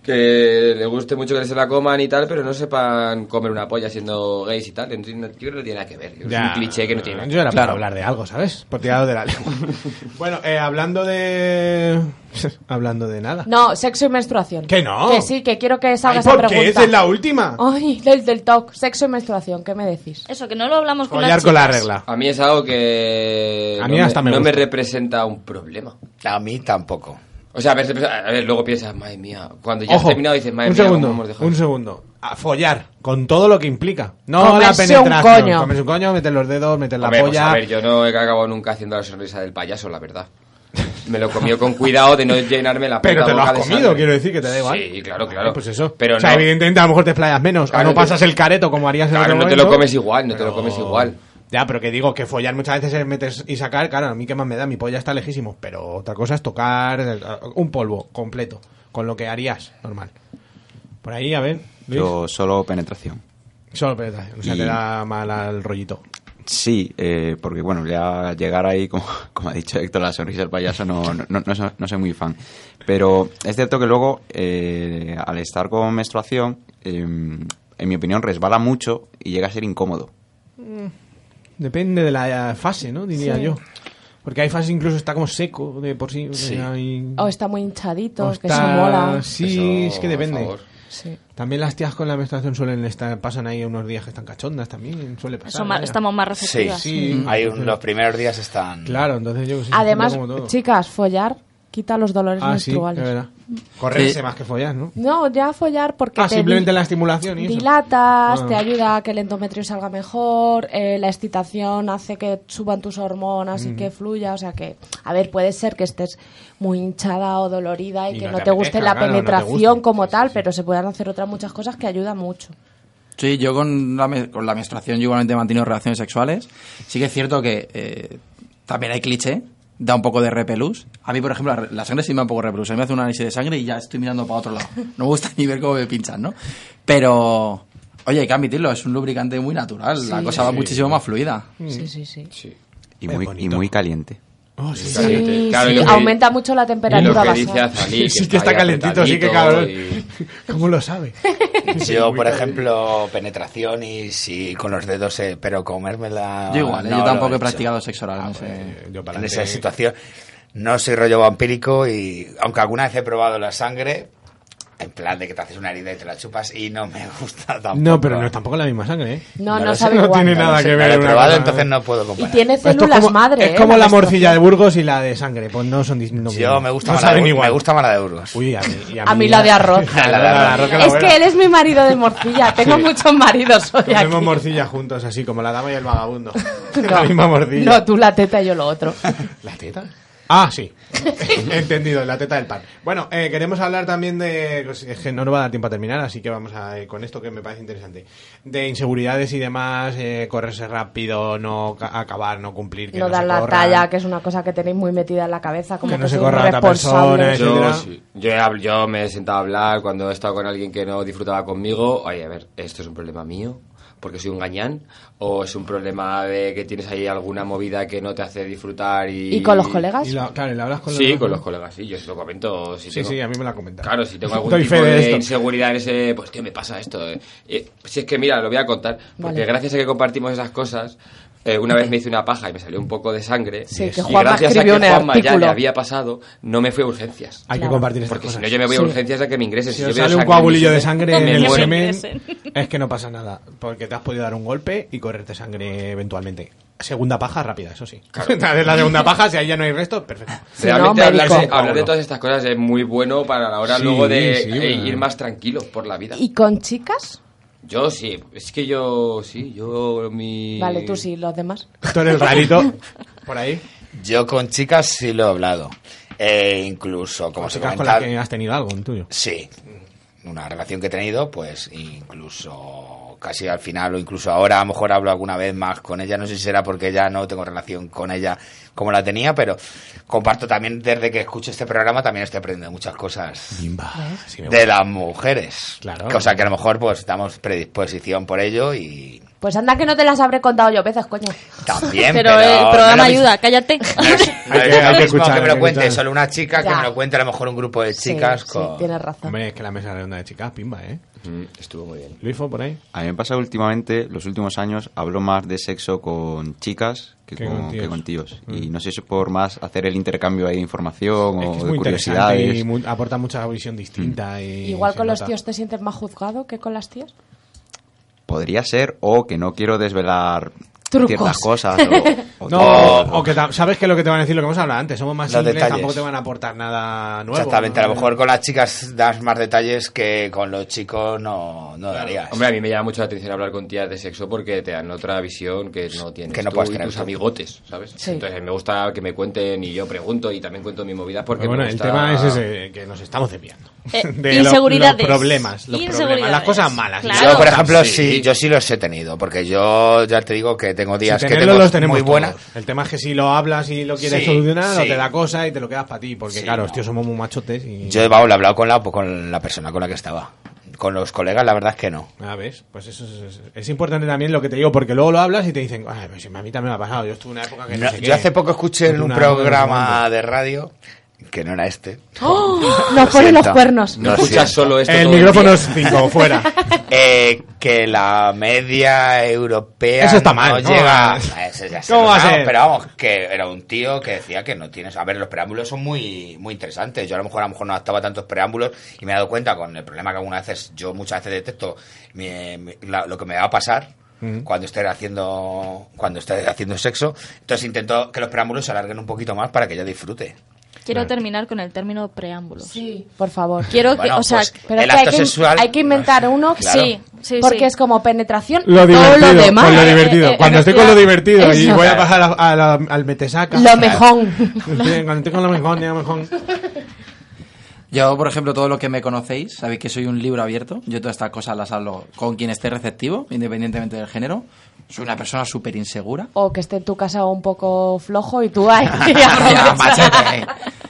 que les guste mucho que se la coman y tal, pero no sepan comer una polla siendo gays y tal. Entonces, no- yo creo que no tiene nada que ver. Es Ya. un cliché que no tiene nada. Yo era Claro. para hablar de algo, ¿sabes? Por tirado de la lengua. Bueno, eh, hablando de... hablando de nada. No, sexo y menstruación. Que no. Que sí, que quiero que salga Ay, esa ¿por qué? pregunta. Esa es la última. Ay, del, del talk. Sexo y menstruación, ¿qué me decís? Eso, que no lo hablamos con Follar las con la chicas. regla. A mí es algo que A mí no, hasta me no me gusta. representa un problema. A mí tampoco. O sea, a ver, a ver, luego piensas, madre mía, cuando ya has Ojo, terminado dices, madre un mía, segundo, ¿cómo hemos dejado? un segundo. A follar, con todo lo que implica. No la Comerse un penetración. coño. Comerse un coño, meter los dedos, meter la Hombre, pues polla. a ver, yo no he acabado nunca haciendo la sonrisa del payaso, la verdad. Me lo comió con cuidado de no llenarme la puta Pero te lo boca has de comido, sangre. quiero decir que te da igual. Sí, claro, claro. Pues eso. Pero o sea, no, evidentemente a lo mejor te explayas menos. Claro, o no que- pasas el careto como harías en claro, otro no te lo momento. comes igual, no te lo Pero- comes igual. Ya, pero que digo que follar muchas veces es meter y sacar, claro, a mí qué más me da, mi polla está lejísimo, pero otra cosa es tocar eh, un polvo completo, con lo que harías normal. Por ahí, a ver, Luis. Yo solo penetración. Solo penetración, o sea, Y- te da mal al rollito. Sí, eh, porque bueno, ya llegar ahí, como, como ha dicho Héctor, la sonrisa del payaso, no, no, no, soy, no soy muy fan. Pero es cierto que luego, eh, al estar con menstruación, eh, en mi opinión, resbala mucho y llega a ser incómodo. Depende de la fase, ¿no? Diría Sí. yo. Porque hay fases incluso está como seco de por sí. Sí. Hay... O está muy hinchadito, o que está- se mola. Sí, Eso, es que depende. por favor. Sí. También las tías con la menstruación suelen estar, pasan ahí unos días que están cachondas también, suele pasar. Eso ma- vaya. estamos más Sí, receptivas. Sí. Hay un- los primeros días están... Claro, entonces yo que sé, Además, como todo. chicas, follar quita los dolores Ah, sí, es menstruales. verdad. Correrse Sí. más que follar, ¿no? No, ya follar porque Ah, te simplemente di- la estimulación y eso. dilatas, Ah. te ayuda a que el endometrio salga mejor, eh, la excitación hace que suban tus hormonas y Mm. que fluya, o sea que, a ver, puede ser que estés muy hinchada o dolorida y, Y que no no te te guste apetezca, la claro, no te penetración guste. como tal, pero se pueden hacer otras muchas cosas que ayudan mucho. Sí, yo con la, me- con la menstruación yo igualmente he mantenido relaciones sexuales. Sí que es cierto que eh, también hay cliché, da un poco de repelús. A mí, por ejemplo, la, la sangre sí me da un poco de repelús. A mí me hace un análisis de sangre y ya estoy mirando para otro lado. No me gusta ni ver cómo me pinchan, ¿no? Pero, oye, hay que admitirlo, es un lubricante muy natural. Sí. La cosa va Sí. muchísimo más fluida. Sí, sí, sí. Sí. Y Es muy, y bonito. muy caliente. Oh, sí. Sí, Caliente. Claro, y sí, lo que- aumenta mucho la Y lo temperatura que basal. dice Azalí, Sí, que está ahí calentito, sí que cabrón. apretadito y- ¿Cómo lo sabe? Yo, Muy por caliente. ejemplo, penetración y sí, con los dedos, eh, pero comérmela... Yo igual, ¿eh? no yo lo tampoco he hecho. practicado sexo oral. Ah, en pues, ese- yo para En adelante. esa situación. No soy rollo vampírico y, aunque alguna vez he probado la sangre, en plan de que te haces una herida y te la chupas y no me gusta tampoco. No, pero no es tampoco la misma sangre, ¿eh? No, no, lo sé, sabe no igual. tiene nada lo sé, que no ver lo he una probado, cosa- entonces no puedo Y comparar. tiene Esto es células como, madre, es ¿eh? como la menstruación. morcilla de Burgos y la de sangre, pues no son distintos. Yo me gusta, no más la de, saben Bur- igual. me gusta más la de Burgos. Uy, a mí, y A mí la de arroz. La de arroz. que la Es buena. que él es mi marido de morcilla. Tengo muchos maridos hoy Comemos aquí. morcilla juntos, así como la dama y el vagabundo. No. La misma morcilla. No, tú la teta y yo lo otro. ¿La teta? Ah, sí. He entendido, la teta del pan. Bueno, eh, queremos hablar también de... pues, es que no nos va a dar tiempo a terminar, así que vamos a eh, con esto que me parece interesante. De inseguridades y demás, eh, correrse rápido, no ca- acabar, no cumplir, que No no, dar se la corra. talla, que es una cosa que tenéis muy metida en la cabeza. Como Que que, no se sois corra muy otra persona, responsables. eso. Yo, etcétera. sí. yo, he hab- yo me he sentado a hablar cuando he estado con alguien que no disfrutaba conmigo. Oye, a ver, ¿esto es un problema mío? ¿Porque soy un gañán? ¿O es un problema de que tienes ahí alguna movida que no te hace disfrutar? ¿Y, ¿Y con los colegas? Y la- claro, ¿y le hablas con Sí, los con los colegas, sí. Yo se lo comento. Si Sí, tengo- sí, a mí me la comentan. Claro, si tengo algún Doy tipo fe de de, esto. inseguridad en ese... Pues, tío, me pasa esto. eh. Eh, si es que, mira, lo voy a contar. Porque Vale. gracias a que compartimos esas cosas... eh, una vez me hice una paja y me salió un poco de sangre. Sí, que y Juanma gracias a que escribió un Juanma ya artículo. le había pasado, no me fui a urgencias. Hay Claro. que compartir estas Porque si cosas. no, yo me voy a Sí. urgencias a que me ingresen. Si Si os yo veo sale un sangre en mi coagulillo de semen, sangre en me el muero. semen, ingresen. es que no pasa nada, porque te has podido dar un golpe y correrte sangre eventualmente. Segunda paja rápida, eso sí. Te haces la segunda paja, si ahí ya no hay resto, perfecto. Si Realmente no, hablar, de, médico. hablar de todas estas cosas es muy bueno para la hora Sí, luego de sí, eh, bueno. ir más tranquilo por la vida. ¿Y con chicas? Yo sí, es que yo sí, yo mi... Vale, tú sí, los demás. Tú eres rarito, por ahí. Yo con chicas sí lo he hablado. Eh, incluso, como Como se chicas con comenta... las que has tenido algo, en tuyo. Sí, una relación que he tenido, pues incluso casi al final o incluso ahora a lo mejor hablo alguna vez más con ella, no sé si será porque ya no tengo relación con ella como la tenía, pero comparto también desde que escucho este programa también estoy aprendiendo muchas cosas Bimba. Sí me de gusta. las mujeres, Claro. cosa que a lo mejor pues damos predisposición por ello y Pues anda que no te las habré contado yo veces, coño. también, Pero, pero, el no programa es lo ayuda, cállate. mismo- no es- no Hay es que- lo hay que mismo escuchar, que me hay lo que cuente escuchar. solo una chica que Ya. me lo cuente a lo mejor un grupo de chicas Sí, con... sí, tienes razón. Hombre, es que la mesa redonda de chicas, pimba, ¿eh? Mm, estuvo muy bien. Luifo, por ahí. A mí me pasa últimamente, los últimos años, hablo más de sexo con chicas que, Que con, con tíos. que con tíos. Mm. Y no sé si es por más hacer el intercambio ahí de información Es o que es de muy interesante curiosidades. y mu- aporta mucha visión distinta. Y Igual se con los nota. tíos te sientes más juzgado que con las tías. Podría ser, o que no quiero desvelar Trucos. ciertas cosas. O, o No, todo. o que ta- sabes que lo que te van a decir, lo que hemos hablado antes, somos más Los simples, detalles. tampoco te van a aportar nada nuevo. Exactamente, a ¿no? lo mejor con las chicas das más detalles que con los chicos no, no darías. Hombre, a mí me llama mucho la atención hablar con tías de sexo porque te dan otra visión que no tienes Que no tú puedes y tener tus tú. amigotes, ¿sabes? Sí. Entonces me gusta que me cuenten y yo pregunto y también cuento mi movida porque Pero bueno, me el gusta... tema es ese, que nos estamos desviando. Eh, De lo- inseguridades. Los problemas, los problemas, Inseguridades. las cosas malas. Claro. Yo, por ejemplo, Sí. sí, yo sí los he tenido, porque yo ya te digo que tengo días si que tenerlo, tengo los tenemos muy buena. todos. El tema es que si lo hablas y lo quieres Sí, solucionar, sí. o te da cosa y te lo quedas para ti. Porque Sí, claro, no. tío, somos muy machotes y... Yo, vamos, lo he hablado con la, con la persona con la que estaba. Con los colegas, la verdad es que no. Ah, ¿ves? Pues eso es, es, es importante también lo que te digo, porque luego lo hablas y te dicen, ay, pues a mí también me ha pasado. Yo estuve en una época que no, No, sé yo qué. hace poco escuché en Tuve un una época programa que de radio, que no era este. ¡Oh! Lo Nos ponen los siento. cuernos. Lo escuchas siento. solo esto El todo el micrófono día. es cinco, fuera. Eh, que la media europea Eso está no mal, ¿no? llega. Eso ya se ¿Cómo lo va a sabemos, ser? Pero vamos, que era un tío que decía que no tienes. A ver, los preámbulos son muy, muy interesantes. Yo a lo mejor a lo mejor no adaptaba tantos preámbulos y me he dado cuenta con el problema que algunas veces yo muchas veces detecto mi- mi- la- lo que me va a pasar. Mm. Cuando esté haciendo cuando esté haciendo sexo, entonces intento que los preámbulos se alarguen un poquito más para que yo disfrute. Quiero terminar con el término preámbulos. Sí, por favor. Quiero que, Bueno, o sea, pues, Pero el es que acto hay, que, sexual hay que inventar uno Claro. sí, sí, porque sí. es como penetración Lo y todo divertido, lo demás. con lo Eh, divertido. eh, eh, Cuando eh, estoy con lo divertido y eso. voy a pasar a, a la- al metesaca. Lo mejor. Cuando estoy con lo mejor, lo mejor. Yo, por ejemplo, todo lo que me conocéis, sabéis que soy un libro abierto. Yo todas estas cosas las hablo con quien esté receptivo, independientemente del género. Soy una persona súper insegura. O que esté en tu casa un poco flojo y tú ahí. Ya, machete.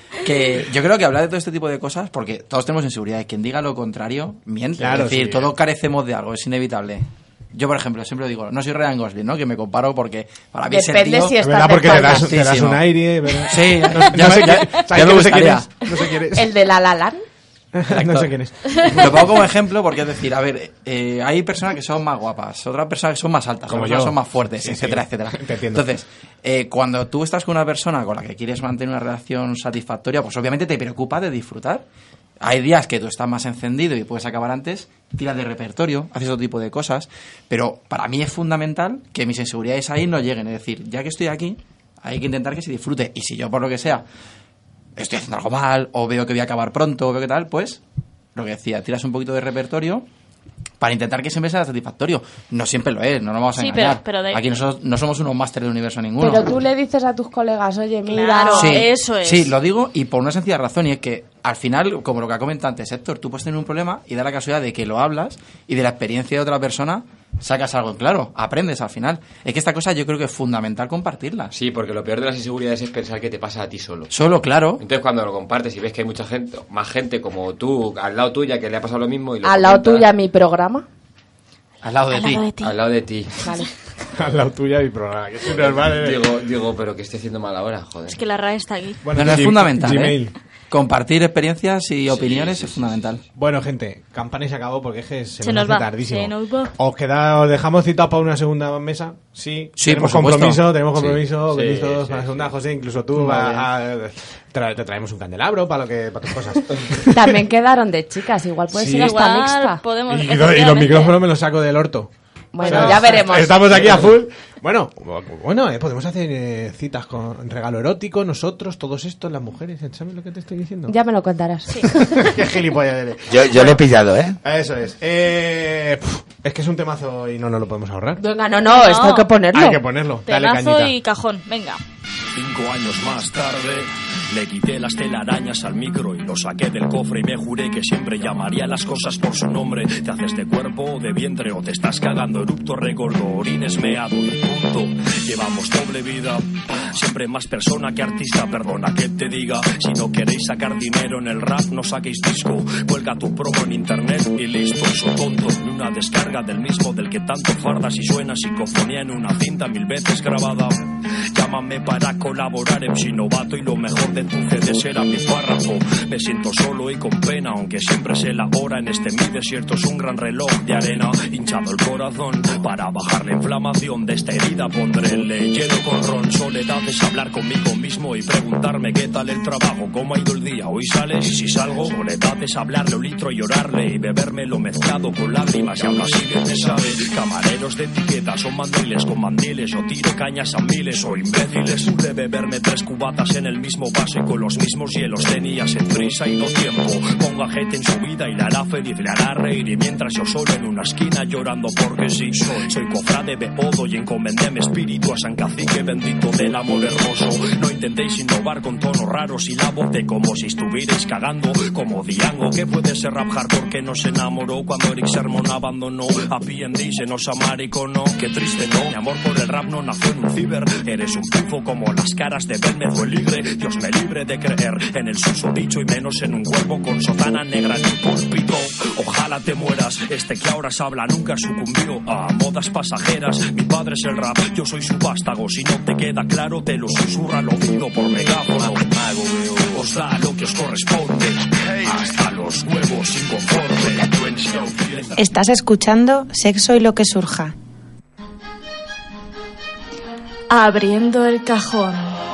Que yo creo que hablar de todo este tipo de cosas, porque todos tenemos inseguridades. Quien diga lo contrario, miente. Claro, es decir, sí. todos carecemos de algo, es inevitable. Yo, por ejemplo, siempre digo, no soy Ryan Gosling, ¿no? Que me comparo porque para mí es el Depende tío... si Es estás verdad, de porque te das, espaldas. te das Sí, sí, un no. aire, ¿verdad? Sí, no, ya- no sé ya- quién- ya ¿sabes me que no sé quién gustaría. es? No sé quién es. El de La La Land. No sé quién es. Lo pongo como ejemplo porque es decir, a ver, eh, hay personas que son más guapas, otras personas que son más altas, Como otras yo. son más fuertes, Sí, etcétera, sí. etcétera. Te entiendo. Entonces, eh, cuando tú estás con una persona con la que quieres mantener una relación satisfactoria, pues obviamente te preocupa de disfrutar. Hay días que tú estás más encendido y puedes acabar antes, tiras de repertorio, haces otro tipo de cosas, pero para mí es fundamental que mis inseguridades ahí no lleguen. Es decir, ya que estoy aquí, hay que intentar que se disfrute. Y si yo, por lo que sea, estoy haciendo algo mal, o veo que voy a acabar pronto, o veo que tal, pues, lo que decía, tiras un poquito de repertorio para intentar que siempre sea satisfactorio. No siempre lo es, no nos vamos a Sí, engañar. pero- pero de- Aquí nosotros no somos unos másteres del universo ninguno. Pero tú le dices a tus colegas, oye, mira... Claro. Sí, eso es. Sí, lo digo y por una sencilla razón, y es que al final, como lo que ha comentado antes Héctor, tú puedes tener un problema y da la casualidad de que lo hablas y de la experiencia de otra persona sacas algo en claro, aprendes al final. Es que esta cosa yo creo que es fundamental compartirla. Sí, porque lo peor de las inseguridades es pensar que te pasa a ti solo. Solo, claro. Entonces cuando lo compartes y ves que hay mucha gente, más gente como tú, al lado tuya, que le ha pasado lo mismo y lo Al lado comentas, tuya mi programa. Al lado de Al ti. lado de ti. Al lado de ti. Vale. Al lado tuya y programa. Que es normal, ¿eh? Digo, digo, pero que estoy haciendo mal ahora, joder. Es que la R A E está aquí. Bueno, No, no, es Gmail- fundamental, ¿eh? Gmail. Compartir experiencias y opiniones es fundamental. Bueno, gente, campana y se acabó porque es que se, Se nos nos hace va, tardísimo. se nos va. ¿Os, queda, ¿Os dejamos citados para una segunda mesa? Sí, Sí, tenemos por supuesto. compromiso, tenemos Sí. compromiso, Sí, venís todos sí, para la sí. segunda, José, incluso tú Vale. a- a- tra- te traemos un candelabro para lo que para tus cosas. También quedaron de chicas, igual puede Sí. ser hasta Igual mixta. podemos... y, y los efectivamente. micrófonos me los saco del orto. Bueno, O sea, ya veremos. Estamos aquí a full. Bueno, bueno, eh, podemos hacer eh, citas con regalo erótico, nosotros, todos estos, las mujeres, ¿sabes lo que te estoy diciendo? Ya me lo contarás. Qué gilipollas eres. Yo, yo le he pillado, ¿eh? Eso es. Eh, pf, es que es un temazo y no nos lo podemos ahorrar. Venga, no, no, esto hay que ponerlo. Hay que ponerlo. Dale Temazo cañita. y cajón, venga. Cinco años más tarde le quité las telarañas al micro y lo saqué del cofre y me juré que siempre llamaría las cosas por su nombre. Te haces de cuerpo o de vientre o te estás cagando, eructo, regordo, orines, meado y punto. Llevamos doble vida, siempre más persona que artista, perdona que te diga. Si no queréis sacar dinero en el rap, no saquéis disco. Cuelga tu promo en internet y listo. Soy tonto, ni una descarga del mismo del que tanto fardas y suena psicofonía en una cinta mil veces grabada. Llámame para colaborar, M C novato, y lo mejor de tu C D será mi párrafo. Me siento solo y con pena, aunque siempre sé la hora. En este mi desierto es un gran reloj de arena, hinchado el corazón para bajar la inflamación de esta herida. Pondréle hielo con ron. Soledad es hablar conmigo mismo y preguntarme qué tal el trabajo, cómo ha ido el día, hoy sales y si salgo. Soledad es hablarle un litro y llorarle y bebérmelo mezclado con lágrimas y aún así bien me sabe. Camareros de etiqueta son mandiles con mandiles, yo tiro cañas a miles o imbéciles. imbéciles. Pude beberme tres cubatas en el mismo vaso y con los mismos hielos tenía sed, prisa y no tiempo. Ponga gente en su vida y la hará feliz, le hará reír. Y mientras yo solo en una esquina llorando porque sí soy, soy cofrade beodo y encomendé mi espíritu a San Cacique bendito del amor hermoso. No intentéis innovar con tonos raros y la voz de como si estuvierais cagando como Diango, que puede ser rap hardcore que nos enamoró cuando Eric Sermon abandonó a P and D, se nos amariconó. Qué triste, ¿no? Mi amor por el rap no nació en un ciber. Eres un pufo como las caras de Belmez o el Ligre. Dios me libre de creer en el susodicho y menos en un cuerpo con sotana negra en el púlpito. Ojalá te mueras, este que ahora se habla nunca sucumbió a modas pasajeras. Mi padre es el rap, yo soy su vástago. Si no te queda claro, te lo susurra al oído por megáfono. Os da lo que os corresponde, hasta los huevos inconforme. Estás escuchando Sexo y lo que surja. Abriendo el cajón.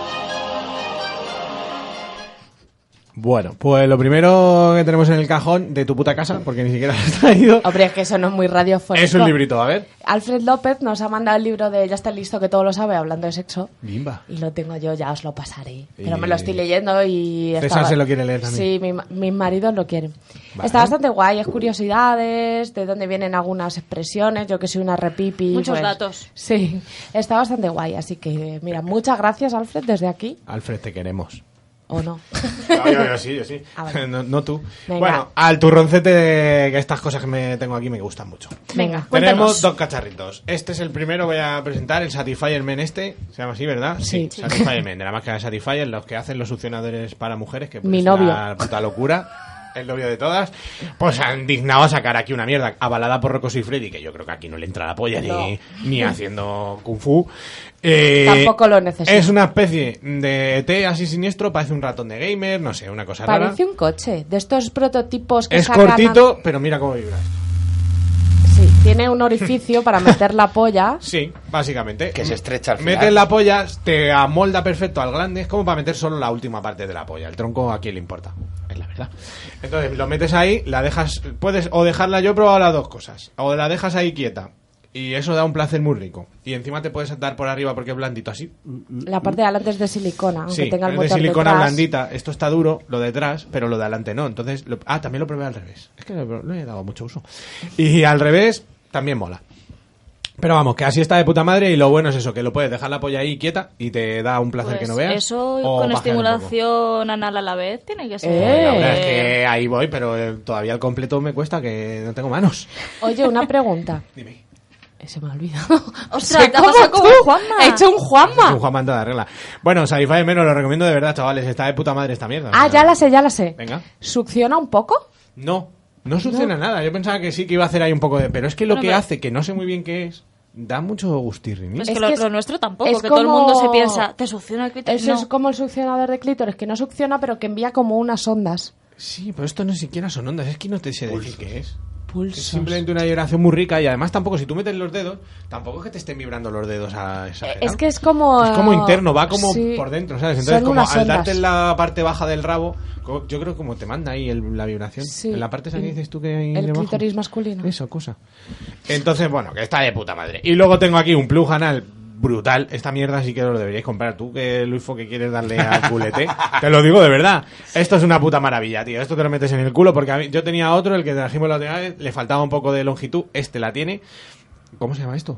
Bueno, pues lo primero que tenemos en el cajón de tu puta casa, porque ni siquiera lo has traído, Hombre, es que eso no es muy radiofónico. es un librito, a ver. Alfred López nos ha mandado el libro de Ya está listo, que todo lo sabe, hablando de sexo. Bimba. Y lo tengo yo, ya os lo pasaré. Y- Pero me lo estoy leyendo y... César estaba- se lo quiere leer también. Sí, mi ma- mis maridos lo quieren. Vale. Está bastante guay, es curiosidades, de dónde vienen algunas expresiones, yo que soy una repipi. Muchos pues, datos. Sí, está bastante guay, así que mira, muchas gracias Alfred desde aquí, Alfred, te queremos. ¿o no? No, yo, yo sí, yo sí. Ah, vale. no, no tú. Venga. Bueno, al turroncete, de- que estas cosas que me tengo aquí me gustan mucho. Venga, Tenemos cuéntanos. dos cacharritos. Este es el primero, voy a presentar, el Satisfyer Men este. Se llama así, ¿verdad? Sí. Sí. Satisfyer Men, de la marca de Satisfyer, los que hacen los succionadores para mujeres, que pues, Mi es novio. una puta locura. El novio de todas. Pues han dignado a sacar aquí una mierda avalada por Rocco y Freddy, que yo creo que aquí no le entra la polla No. ni, ni haciendo kung fu. Eh, Tampoco lo necesito. Es una especie de E T así siniestro, parece un ratón de gamer, no sé, una cosa rara. Parece un coche, de estos prototipos que Es sacan a- cortito, pero mira cómo vibra. Sí, tiene un orificio para meter la polla. Sí, básicamente. Que se estrecha al final. Metes la polla, te amolda perfecto al glande, es como para meter solo la última parte de la polla. El tronco a quién le importa, es la verdad. Entonces lo metes ahí, la dejas, puedes o dejarla, yo he probado las dos cosas, o la dejas ahí quieta. Y eso da un placer muy rico. Y encima te puedes dar por arriba porque es blandito así. La parte de adelante es de silicona, aunque Sí, tenga el es de motor silicona detrás. blandita. Esto está duro, lo detrás, pero lo de adelante no. Entonces, lo- ah, también lo probé al revés. Es que no, no he dado mucho uso. Y al revés también mola. Pero vamos, que así está de puta madre y lo bueno es eso, que lo puedes dejar la polla ahí quieta y te da un placer Pues que no veas. eso o con pajear un poco. estimulación anal a la vez tiene que ser. Eh. La verdad es que ahí voy, pero eh, todavía el completo me cuesta que no tengo manos. Oye, una pregunta. Dime. Eh, Se me ha olvidado. Ostras, Sé te ha como pasado como tú. Juanma. He hecho un Juanma. Es un Juan Manta de regla. Bueno, Satisfyer menos lo recomiendo de verdad, chavales. Está de puta madre esta mierda. Ah, ya la sé, ya la sé. Venga. ¿Succiona un poco? No, no succiona nada. Yo pensaba que sí que iba a hacer ahí un poco de... Pero es que lo Bueno, que pero- hace, que no sé muy bien qué es, da mucho gustirri. Pues Es que lo, que es- lo nuestro tampoco, es que todo el como- mundo se piensa, te succiona el clítoris. Eso No. es como el succionador de clítoris, que no succiona, pero que envía como unas ondas. Sí, pero esto no siquiera son ondas. Es que no te sé decir qué es. Pulsos. Es simplemente una vibración muy rica y además tampoco, si tú metes los dedos, tampoco es que te estén vibrando los dedos a exagerado. Es que es como... Es como interno, va como Sí. por dentro, ¿sabes? Entonces, Son como unas al ondas. darte en la parte baja del rabo, co- yo creo que como te manda ahí el- la vibración. Sí. En la parte esa que dices tú que hay El debajo. clítoris masculino. Eso, cosa. Entonces, bueno, que está de puta madre. Y luego tengo aquí un plug anal brutal. Esta mierda sí que lo deberíais comprar. Tú, que Luisfo, que quieres darle al culete, te lo digo de verdad. Esto es una puta maravilla, tío. Esto te lo metes en el culo porque a mí, yo tenía otro, el que trajimos la última vez, le faltaba un poco de longitud. Este la tiene. ¿Cómo se llama esto?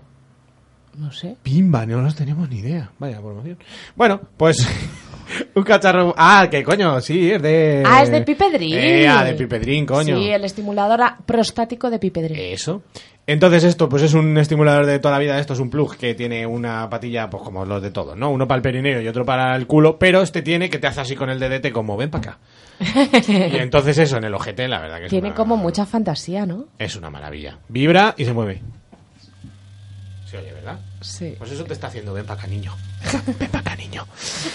No sé. Pimba, no nos tenemos ni idea. Vaya promoción. Bueno, pues un cacharro. Ah, que coño, sí, es de. Ah, es de Pipedrín. Eh, ah, de Pipedrín, coño. Sí, el estimulador a- prostático de Pipedrín. Eso. Entonces esto, pues es un estimulador de toda la vida. Esto es un plug que tiene una patilla, pues como los de todos, ¿no? Uno para el perineo y otro para el culo. Pero este tiene que te hace así con el dedete como, ven para acá. Y entonces eso, en el ojete, la verdad que es Tiene una, como mucha fantasía, ¿no? es una maravilla. Vibra y se mueve. Se oye, ¿verdad? Sí. Pues eso te está haciendo, ven para acá, niño. Ven para acá, niño.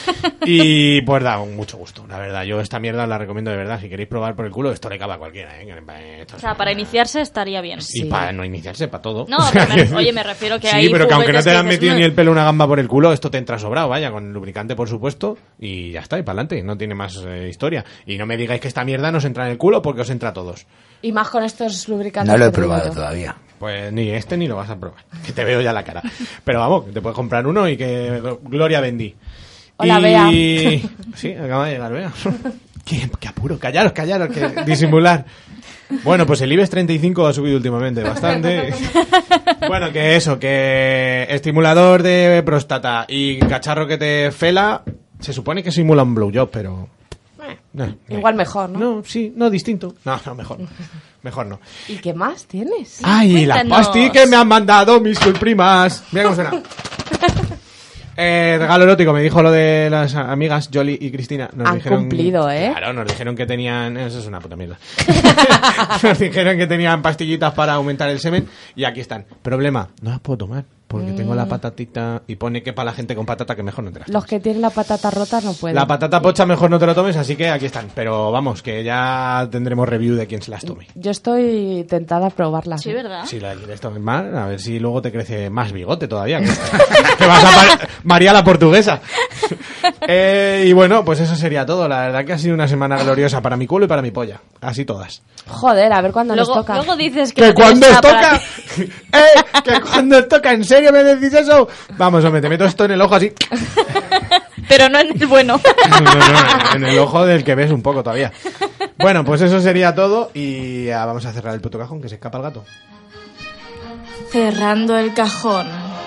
Y pues da un mucho gusto, la verdad. Yo esta mierda la recomiendo de verdad. Si queréis probar por el culo, esto le cabe a cualquiera, ¿eh? Esto O es- sea, para iniciarse estaría bien. Y para no iniciarse, para todo. No, pero me- oye, me refiero que sí, hay pero que aunque no juguetes te que han dices, metido "Mm". ni el pelo una gamba por el culo, esto te entra sobrado, vaya, con lubricante, por supuesto, y ya está, y para adelante. No tiene más eh, historia. Y no me digáis que esta mierda nos entra en el culo porque os entra a todos. Y más con estos lubricantes. No lo he que te probado digo yo. todavía. Pues ni este ni lo vas a probar, que te veo ya la cara. Pero vamos, que te puedes comprar uno y que Gloria vendí. Hola, y... Bea. Sí, acaba de llegar, Bea. qué, qué apuro, callaros, callaros, que disimular. Bueno, pues el IBEX treinta y cinco ha subido últimamente bastante. Bueno, que eso, que estimulador de próstata y cacharro que te fela, se supone que simula un blowjob, pero... No, Igual mejor, ¿no? No, sí, no, distinto. No, no, mejor. Mejor no. ¿Y qué más tienes? Ay, las pastillas que me han mandado mis primas. Mira cómo suena. Eh, regalo erótico, me dijo lo de las amigas Jolly y Cristina. Nos Han dijeron, cumplido, ¿eh? Claro, nos dijeron que tenían... Eso es una puta mierda. Nos dijeron que tenían pastillitas para aumentar el semen y aquí están. Problema, no las puedo tomar porque Mm. tengo la patatita y pone que para la gente con patata que mejor no te las Los que tienen la patata rota no pueden. La patata pocha mejor no te lo tomes, así que aquí están. Pero vamos, que ya tendremos review de quién se las tome. Yo estoy tentada a probarlas. Sí, ¿verdad? Si la quieres tomar más, a ver si luego te crece más bigote todavía. Que, que vas a par- María la portuguesa. Eh, y bueno, pues eso sería todo. La verdad que ha sido una semana gloriosa para mi culo y para mi polla. Así todas. Joder, a ver cuándo Luego, nos toca. luego dices que... ¿Que no te cuando gusta os toca? para- ¡Eh! ¿Que cuando os toca? ¿En serio me decís eso? Vamos, hombre, te meto esto en el ojo así. Pero no en el bueno. No, no, no, en el ojo del que ves un poco todavía. Bueno, pues eso sería todo y ya vamos a cerrar el puto cajón, que se escapa el gato. Cerrando el cajón.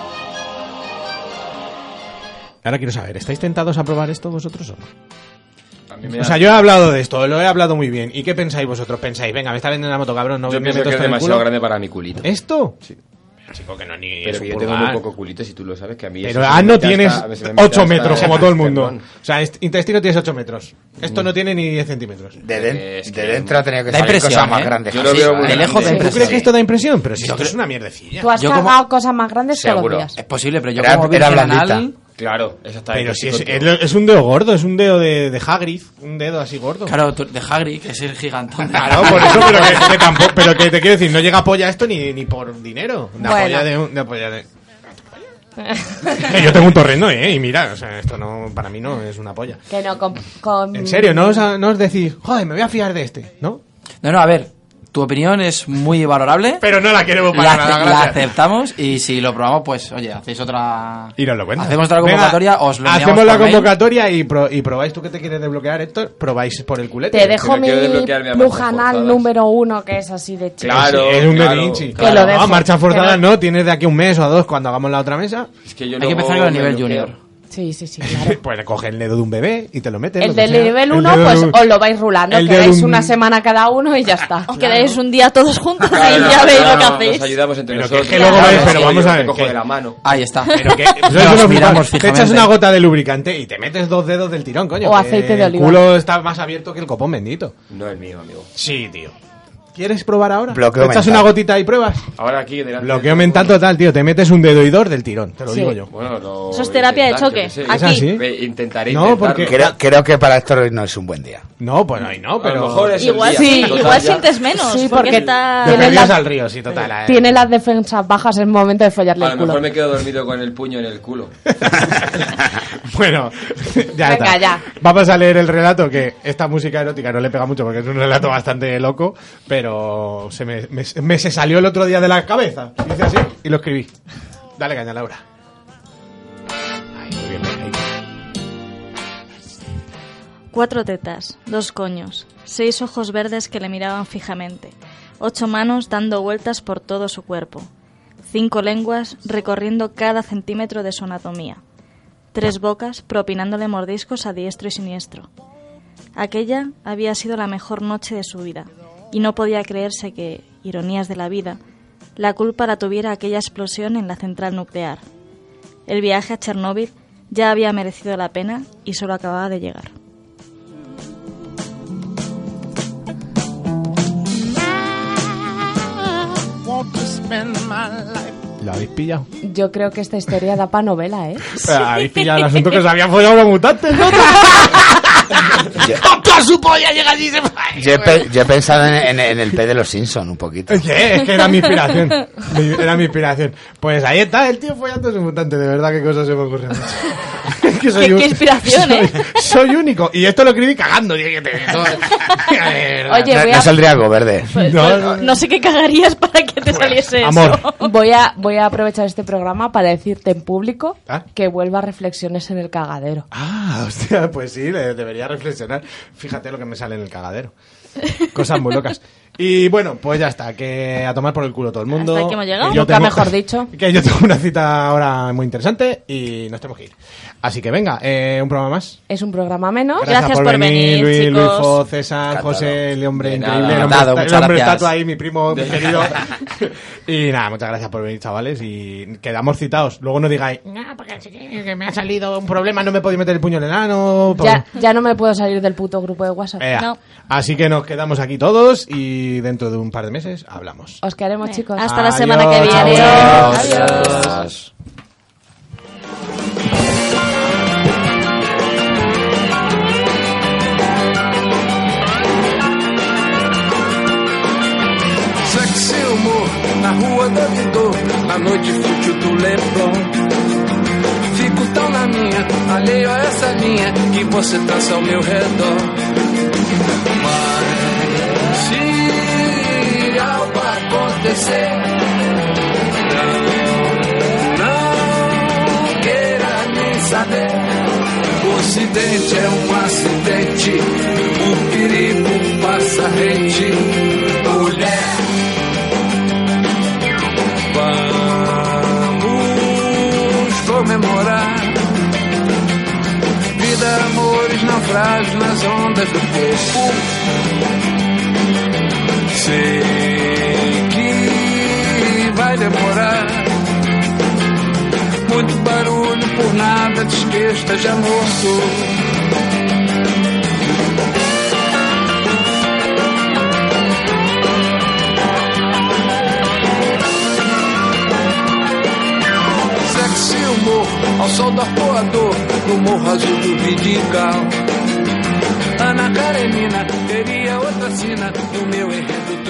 Ahora quiero saber, ¿estáis tentados a probar esto vosotros o no? A mí me O da- sea, yo he hablado de esto, lo he hablado muy bien. ¿Y qué pensáis vosotros? ¿Pensáis, venga, me está vendiendo la moto, cabrón? No Yo me pienso meto que es esto en el demasiado culo? grande para mi culito. ¿Esto? Sí. Chico, que no ni Pero es que un yo tengo pulgar. muy poco culito, si tú lo sabes, que a mí... Pero eso se ah, me no mete tienes hasta- se me mete ocho hasta metros el- como todo el mundo. perdón. O sea, este intestino tienes ocho metros. Esto no tiene ni diez centímetros. De, den- Es de que- dentro ha tenido que Da salir impresión, cosas más ¿eh? grandes. Yo lo así, veo ¿eh? muy de lejos grande. da ¿Tú impresión. crees que esto da impresión? Pero si Yo esto es creo- una mierdecilla. Tú has Yo cagado como- cosas más grandes todos Seguro. los días. Es posible, pero yo Era- como era virgen blandita. anal... Claro, eso está Pero bien, si estoy es, contigo. es un dedo gordo, es un dedo de, de Hagrid, un dedo así gordo. Claro, tú- de Hagrid, que es el gigantón. Claro, por eso, pero que, que tampoco, pero que te quiero decir, no llega a polla esto ni, ni por dinero. Una Bueno. polla de un- una polla de... Eh, Yo tengo un torrendo, eh, y mira, o sea, esto no, para mí no es una polla. Que no, con... con- En serio, no os, no os decís, joder, me voy a fiar de este, ¿no? No, no, a ver, tu opinión es muy valorable. Pero no la queremos para la, nada, la gracias. aceptamos y si lo probamos, pues oye, hacéis otra... Y nos lo cuentas. Hacemos otra Venga, convocatoria, os lo enviamos hacemos la por mail. convocatoria y, pro- y probáis. ¿Tú que te quieres desbloquear, Héctor? Probáis por el culete. Te dejo no mi quiero desbloquearme a plug marchas anal forzadas. número uno, que es así de chido. Claro, es un claro, berinchi. claro. Que lo dejo. No, marchas forzadas Que no- no, tienes de aquí un mes o a dos cuando hagamos la otra mesa. Es que yo Hay que luego empezar con el me nivel bloqueo. junior. Sí, sí, sí, claro. Pues coge el dedo de un bebé y te lo metes. El lo que del sea. nivel El uno, dedo pues de un- os lo vais rulando, el que dedo de veis un- una semana cada uno y ya está. Os quedáis un día todos juntos Claro, y no, ya veis no, lo que no, hacéis. Nos ayudamos entre Pero que nosotros. es que luego Claro, vais- pero sí, vamos yo a te ver, cojo que- de la mano. Ahí está. Pero que eso Nos es lo miramos flipante. Te echas fijamente. una gota de lubricante y te metes dos dedos del tirón, coño. O que aceite de oliva. El culo está más abierto que el copón bendito. No es mío, amigo. Sí, tío. ¿Quieres probar ahora? Bloqueo ¿Te echas mental. una gotita y pruebas? Ahora aquí delante. Bloqueo de- mental total, tío. Te metes un dedo y dos del tirón, te lo Sí. digo yo. Bueno, lo Eso es terapia de intentar, choque. yo qué sé. Aquí. ¿Es así? Ve, Intentaré No, intentarlo. porque- Creo, creo que para Héctor hoy no es un buen día. No, pues ahí no, A pero... lo mejor es el Igual día. sí, Total, igual ya. sientes menos. Sí, porque porque está... Te Tiene perdías la- al río, sí, total. eh. Tiene las defensas bajas en el momento de follarle A el lo culo. mejor me quedo dormido con el puño en el culo. Bueno, ya Venga, está. ya. Vamos a leer el relato, que esta música erótica no le pega mucho porque es un relato bastante loco, pero se me, me- me se salió el otro día de la cabeza. Dice así y lo escribí. Dale caña, Laura. Ay, muy bien, ahí. Cuatro tetas, dos coños, seis ojos verdes que le miraban fijamente, ocho manos dando vueltas por todo su cuerpo, cinco lenguas recorriendo cada centímetro de su anatomía, tres bocas propinándole mordiscos a diestro y siniestro. Aquella había sido la mejor noche de su vida, y no podía creerse que, ironías de la vida, la culpa la tuviera aquella explosión en la central nuclear. El viaje a Chernóbil ya había merecido la pena y solo acababa de llegar. ¿Lo habéis pillado? Yo creo que esta historia da pa' novela, ¿eh? Pero habéis pillado el asunto que se habían follado los mutantes, ¿no? ¡Toda su polla llega allí y se va! Yo he, pe- yo he pensado en, en- en el P de los Simpson un poquito. ¿Qué? Es que era mi inspiración. Mi- Era mi inspiración. Pues ahí está el tío follando a su mutante. De verdad, qué cosas se me ocurren. que soy ¿Qué, un- qué inspiración, ¿eh? soy, soy único. Y esto lo escribí cagando. Dije, "Te- todo- Oye, no, voy no a- saldría algo verde. Pues, No, pues, no, no sé qué cagarías para que te saliese amor. eso. Voy a, voy a aprovechar este programa para decirte en público ¿Ah? que vuelva a reflexiones en el cagadero. Ah, hostia, pues sí, le- debería reflexionar. Fíjate lo que me sale en el cagadero. Cosas muy locas. Y bueno, pues ya está, que a tomar por el culo todo el mundo. Hasta aquí hemos llegado. Que yo Nunca tengo- mejor dicho. Que yo tengo una cita ahora muy interesante y nos tenemos que ir. Así que venga, eh, un programa más. Es un programa menos. Gracias por venir, Luis, chicos. Luis, Fo, César, Encantado. José, el hombre De increíble, nada. el hombre, Encantado, esta- el muchas hombre gracias. estatua ahí, mi primo mi querido. Y nada, muchas gracias por venir, chavales. Y quedamos citados. Luego no digáis, "Nah, porque sí que que me ha salido un problema, no me podéis meter el puño en el ano. por-". Ya, ya no me puedo salir del puto grupo de WhatsApp. Ea. No. Así que nos quedamos aquí todos y dentro de un par de meses hablamos. Os queremos, chicos. Hasta la semana que Adiós, viene. chavos. Adiós. Sexy humor na rua da Vidor, na noite fútil do Leblon. Fico tão na minha, alheio a essa linha que você traça ao meu redor. Mas se algo acontecer, não, não queira nem saber. O acidente é um acidente, o perigo passa rente. Mulher, vamos comemorar. Vida, amores, naufrágios nas ondas do corpo. Sei que vai demorar. Muito barulho por nada, diz que esteja morto. Sexy humor ao sol do arpoador no morro azul do Vidigal. Ana Karenina teria outra sina no meu enredo